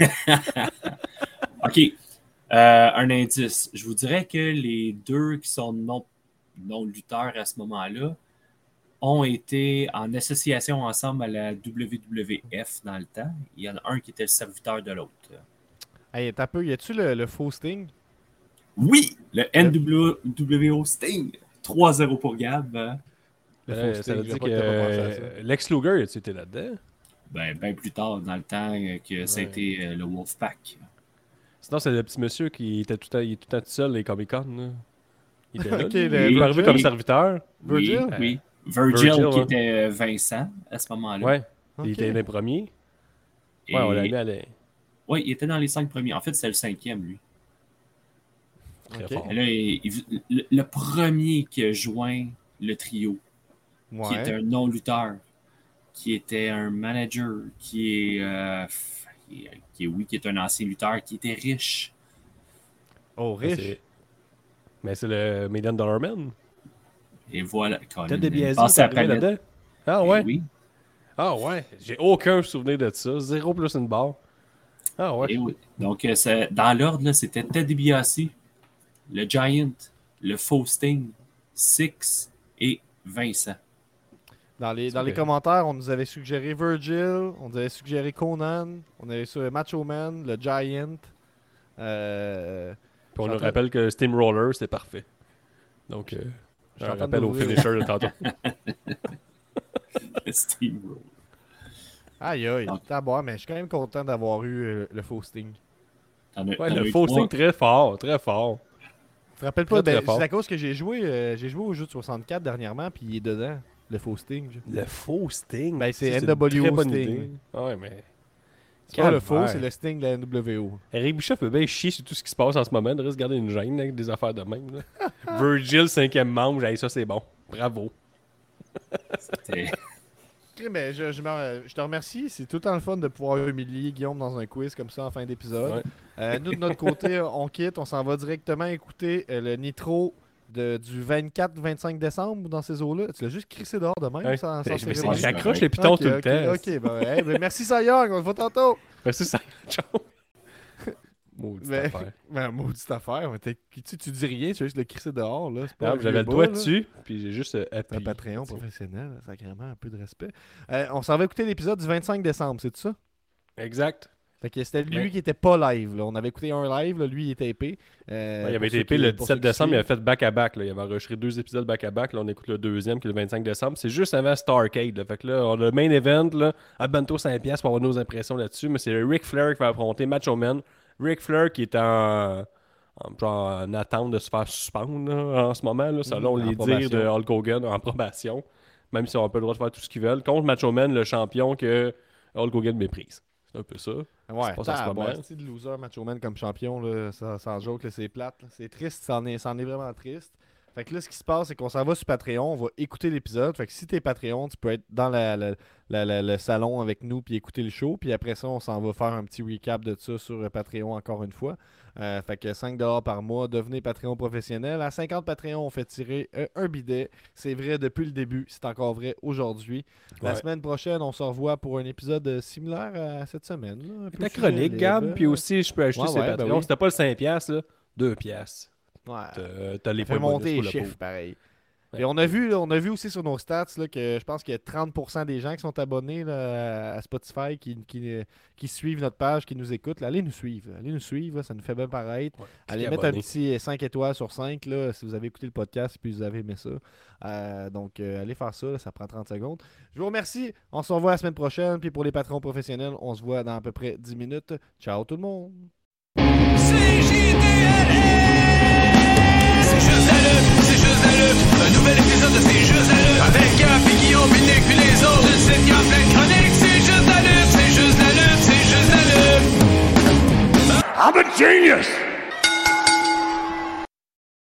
S6: OK. Euh, un indice. Je vous dirais que les deux qui sont non, non lutteurs à ce moment-là ont été en association ensemble à la W W F dans le temps. Il y en a un qui était le serviteur de l'autre.
S1: Hey, t'as peu, y a-tu le, le faux Sting?
S6: Oui! Le N W O Sting. trois zéro pour Gab. hein.
S1: Le
S2: Euh,
S1: faux
S2: ça veut
S1: Sting, je
S2: dire
S1: vois
S2: que
S1: pas que t'as pas pensé à ça.
S2: euh, Lex Luger, as-tu été là-dedans?
S6: Ben, ben plus tard, dans le temps euh, que ça a
S2: Ouais.
S6: été euh, le Wolfpack.
S2: Sinon, c'est le petit monsieur qui était tout le temps, il est tout le temps tout seul, les Comic-Con. là. Il était là.
S1: Ok,
S2: lui.
S1: le
S2: il est arrivé
S6: Virgil.
S2: comme serviteur.
S6: Oui,
S1: Virgil?
S6: oui. Virgil,
S2: Virgil,
S6: qui
S2: ouais.
S6: était euh, Vincent à ce moment-là.
S2: Ouais.
S1: Ok.
S2: Il était un des premiers.
S6: Et-
S2: Ouais, on l'a mis à la...
S6: Ouais, il était dans les cinq premiers. En fait, c'est le cinquième, lui.
S2: Très
S1: Ok.
S2: fort.
S6: Et là, il- il- le, le premier qui a joint le trio, qui était
S1: Ouais.
S6: un non-lutteur, qui était un manager, qui est, euh, f- qui est, qui est- oui, qui est un ancien lutteur, qui était riche.
S1: Oh,
S2: Mais
S1: riche.
S2: c'est- Mais c'est le Million Dollar Man.
S6: Et voilà. Colin,
S2: Ted DiBiase,
S6: passé
S2: est
S6: à
S2: arrivé
S6: planète.
S2: là-dedans. Ah
S6: Eh
S2: ouais?
S6: Oui.
S2: Ah ouais? J'ai aucun souvenir de ça. Zéro plus une barre. Ah ouais?
S6: Eh oui. Donc, euh, ça- dans l'ordre, là, c'était Ted DiBiase, le Giant, le Faux Sting, Six et Vincent.
S1: Dans les,
S2: C'est
S1: dans les
S2: vrai.
S1: commentaires, on nous avait suggéré Virgil, on nous avait suggéré Conan, on avait sur Macho Man, le Giant. Euh,
S2: Puis on nous
S1: J'entends-
S2: rappelle que Steamroller, c'était parfait. Donc, euh,
S1: Je suis
S2: un
S1: en train
S2: rappel au
S1: d'ouvrir.
S2: finisher de tantôt.
S6: Steamroller.
S1: aïe aïe,
S6: Donc-
S1: tabac, mais je suis quand même content d'avoir eu euh, le faux Sting.
S6: T'en as-
S2: Ouais,
S6: t'en as
S2: le
S6: eu
S2: faux
S6: trois.
S2: Sting très fort, très fort.
S1: Tu te rappelles pas,
S2: Très, très
S1: ben,
S2: fort.
S1: c'est à cause que j'ai joué, euh, j'ai joué au jeu de soixante-quatre dernièrement, puis il est dedans, le faux Sting.
S2: Le faux Sting.
S1: Ben, c'est
S2: Ça,
S1: N
S2: une
S1: W O
S2: très bonne
S1: Sting.
S2: idée. Ouais, mais.
S1: C'est pas le faux,
S2: Calvaire.
S1: c'est le Sting de la N W O.
S2: Eric Bischoff peut bien chier sur tout ce qui se passe en ce moment. Il reste garder une gêne avec des affaires de même. là. Virgil, cinquième membre, hey, ça c'est bon. Bravo.
S6: C'était-
S1: Ok, mais je, je, me- je te remercie. C'est tout le temps le fun de pouvoir humilier Guillaume dans un quiz comme ça en fin d'épisode.
S2: Ouais.
S1: Euh, nous, de notre côté, on quitte. On s'en va directement écouter euh, le Nitro de, du vingt-quatre vingt-cinq décembre dans ces eaux-là. Tu l'as juste crissé dehors de même
S2: Ouais.
S1: sans, sans
S2: Ben, mais
S1: cérémonie?
S2: c'est- J'accroche les pitons
S1: Ok,
S2: tout le
S1: ok,
S2: temps.
S1: Ok, ben, hey, ben, merci Sayong, on se voit tantôt.
S2: Merci, ça. Ciao. Maudite
S1: Mais-
S2: affaire.
S1: Ben, maudite affaire. mais t'es- Tu, tu dis rien, tu as juste le crisser dehors. Là. C'est pas
S2: Non,
S1: un
S2: mais J'avais
S1: vieux
S2: le doigt
S1: bas, là.
S2: dessus, puis j'ai juste euh,
S1: C'est un
S2: appuyé.
S1: Patreon professionnel, sacrément, un peu de respect. Euh, on s'en va écouter l'épisode du vingt-cinq décembre, c'est tout ça?
S2: Exact.
S1: Fait que c'était lui
S6: Ouais.
S1: qui était pas live. Là. On avait écouté un live, là, lui il était épais. Euh,
S2: Ouais, il
S1: pour
S2: avait
S1: ceux
S2: été épais
S1: qui-
S2: le
S1: pour
S2: dix-sept
S1: ceux qui
S2: décembre, il
S1: suivent.
S2: avait fait back-à-back. là. Il avait enregistré deux épisodes back-à-back. Là, on écoute le deuxième qui est le vingt-cinq décembre. C'est juste avant Starcade. Là. Fait que là, on a le main event là, à Bento cinq piastres pour avoir nos impressions là-dessus. Mais c'est le Ric Flair qui va affronter Macho Man. Ric Flair qui est en, en, genre, en attente de se faire suspendre là, en ce moment, là, selon
S1: Mhm, en
S2: les
S1: probation.
S2: dires de Hulk Hogan, en probation. Même si on a pas le droit de faire tout ce qu'ils veulent. Contre Macho Man, le champion que Hulk Hogan méprise. C'est un peu ça.
S1: Ouais,
S2: se passe en ce
S1: t'as
S2: moment.
S1: c'est de loser Macho Man comme champion, là, ça, sans joke, là, c'est plate. là. C'est triste, c'en est, c'en est vraiment triste. Fait que là, ce qui se passe, c'est qu'on s'en va sur Patreon, on va écouter l'épisode. Fait que si t'es Patreon, tu peux être dans la, la- la- la- le salon avec nous puis écouter le show. Puis après ça, on s'en va faire un petit recap de ça sur euh, Patreon encore une fois. Euh, fait que cinq dollars par mois, devenez Patreon professionnel. À cinquante Patreon, on fait tirer euh, un bidet. C'est vrai depuis le début, c'est encore vrai aujourd'hui. La
S2: Ouais.
S1: semaine prochaine, on se revoit pour un épisode euh, similaire à cette semaine. là. Un peu
S2: Ta
S1: sujet
S2: chronique,
S1: libre.
S2: Gab, puis aussi, je peux acheter
S1: Ouais,
S2: ses
S1: ouais, ben
S2: Patreons.
S1: oui.
S2: C'était pas le cinq piastres, là. deux piastres.
S1: Ouais.
S2: T'as- T'as les
S1: Ça fait
S2: points bonus
S1: monter les
S2: pour le
S1: chiffres,
S2: pauvre.
S1: pareil. Et on a vu, là, on a vu aussi sur nos stats là, que je pense qu'il y a trente pour cent des gens qui sont abonnés là, à Spotify, qui, qui, qui suivent notre page, qui nous écoutent. Là, allez nous suivre. Allez nous suivre, là, ça nous fait bien paraître.
S2: Ouais,
S1: Allez
S2: cliquez
S1: mettre un
S2: abonner.
S1: petit cinq étoiles sur cinq là, si vous avez écouté le podcast et vous avez aimé ça. Euh, donc, euh, allez faire ça, là, ça prend trente secondes. Je vous remercie. On se revoit la semaine prochaine. Puis pour les patrons professionnels, on se voit dans à peu près dix minutes. Ciao tout le monde.
S3: C J D L A. C'est juste la lutte, c'est juste la lutte. Un nouvel épisode de C'est juste la lutte. Avec Gap, puis Guillaume, puis Nick, puis les autres. Une sitcom plein de chroniques. C'est juste la lutte, c'est juste la lutte, c'est juste la lutte.
S4: I'm a genius!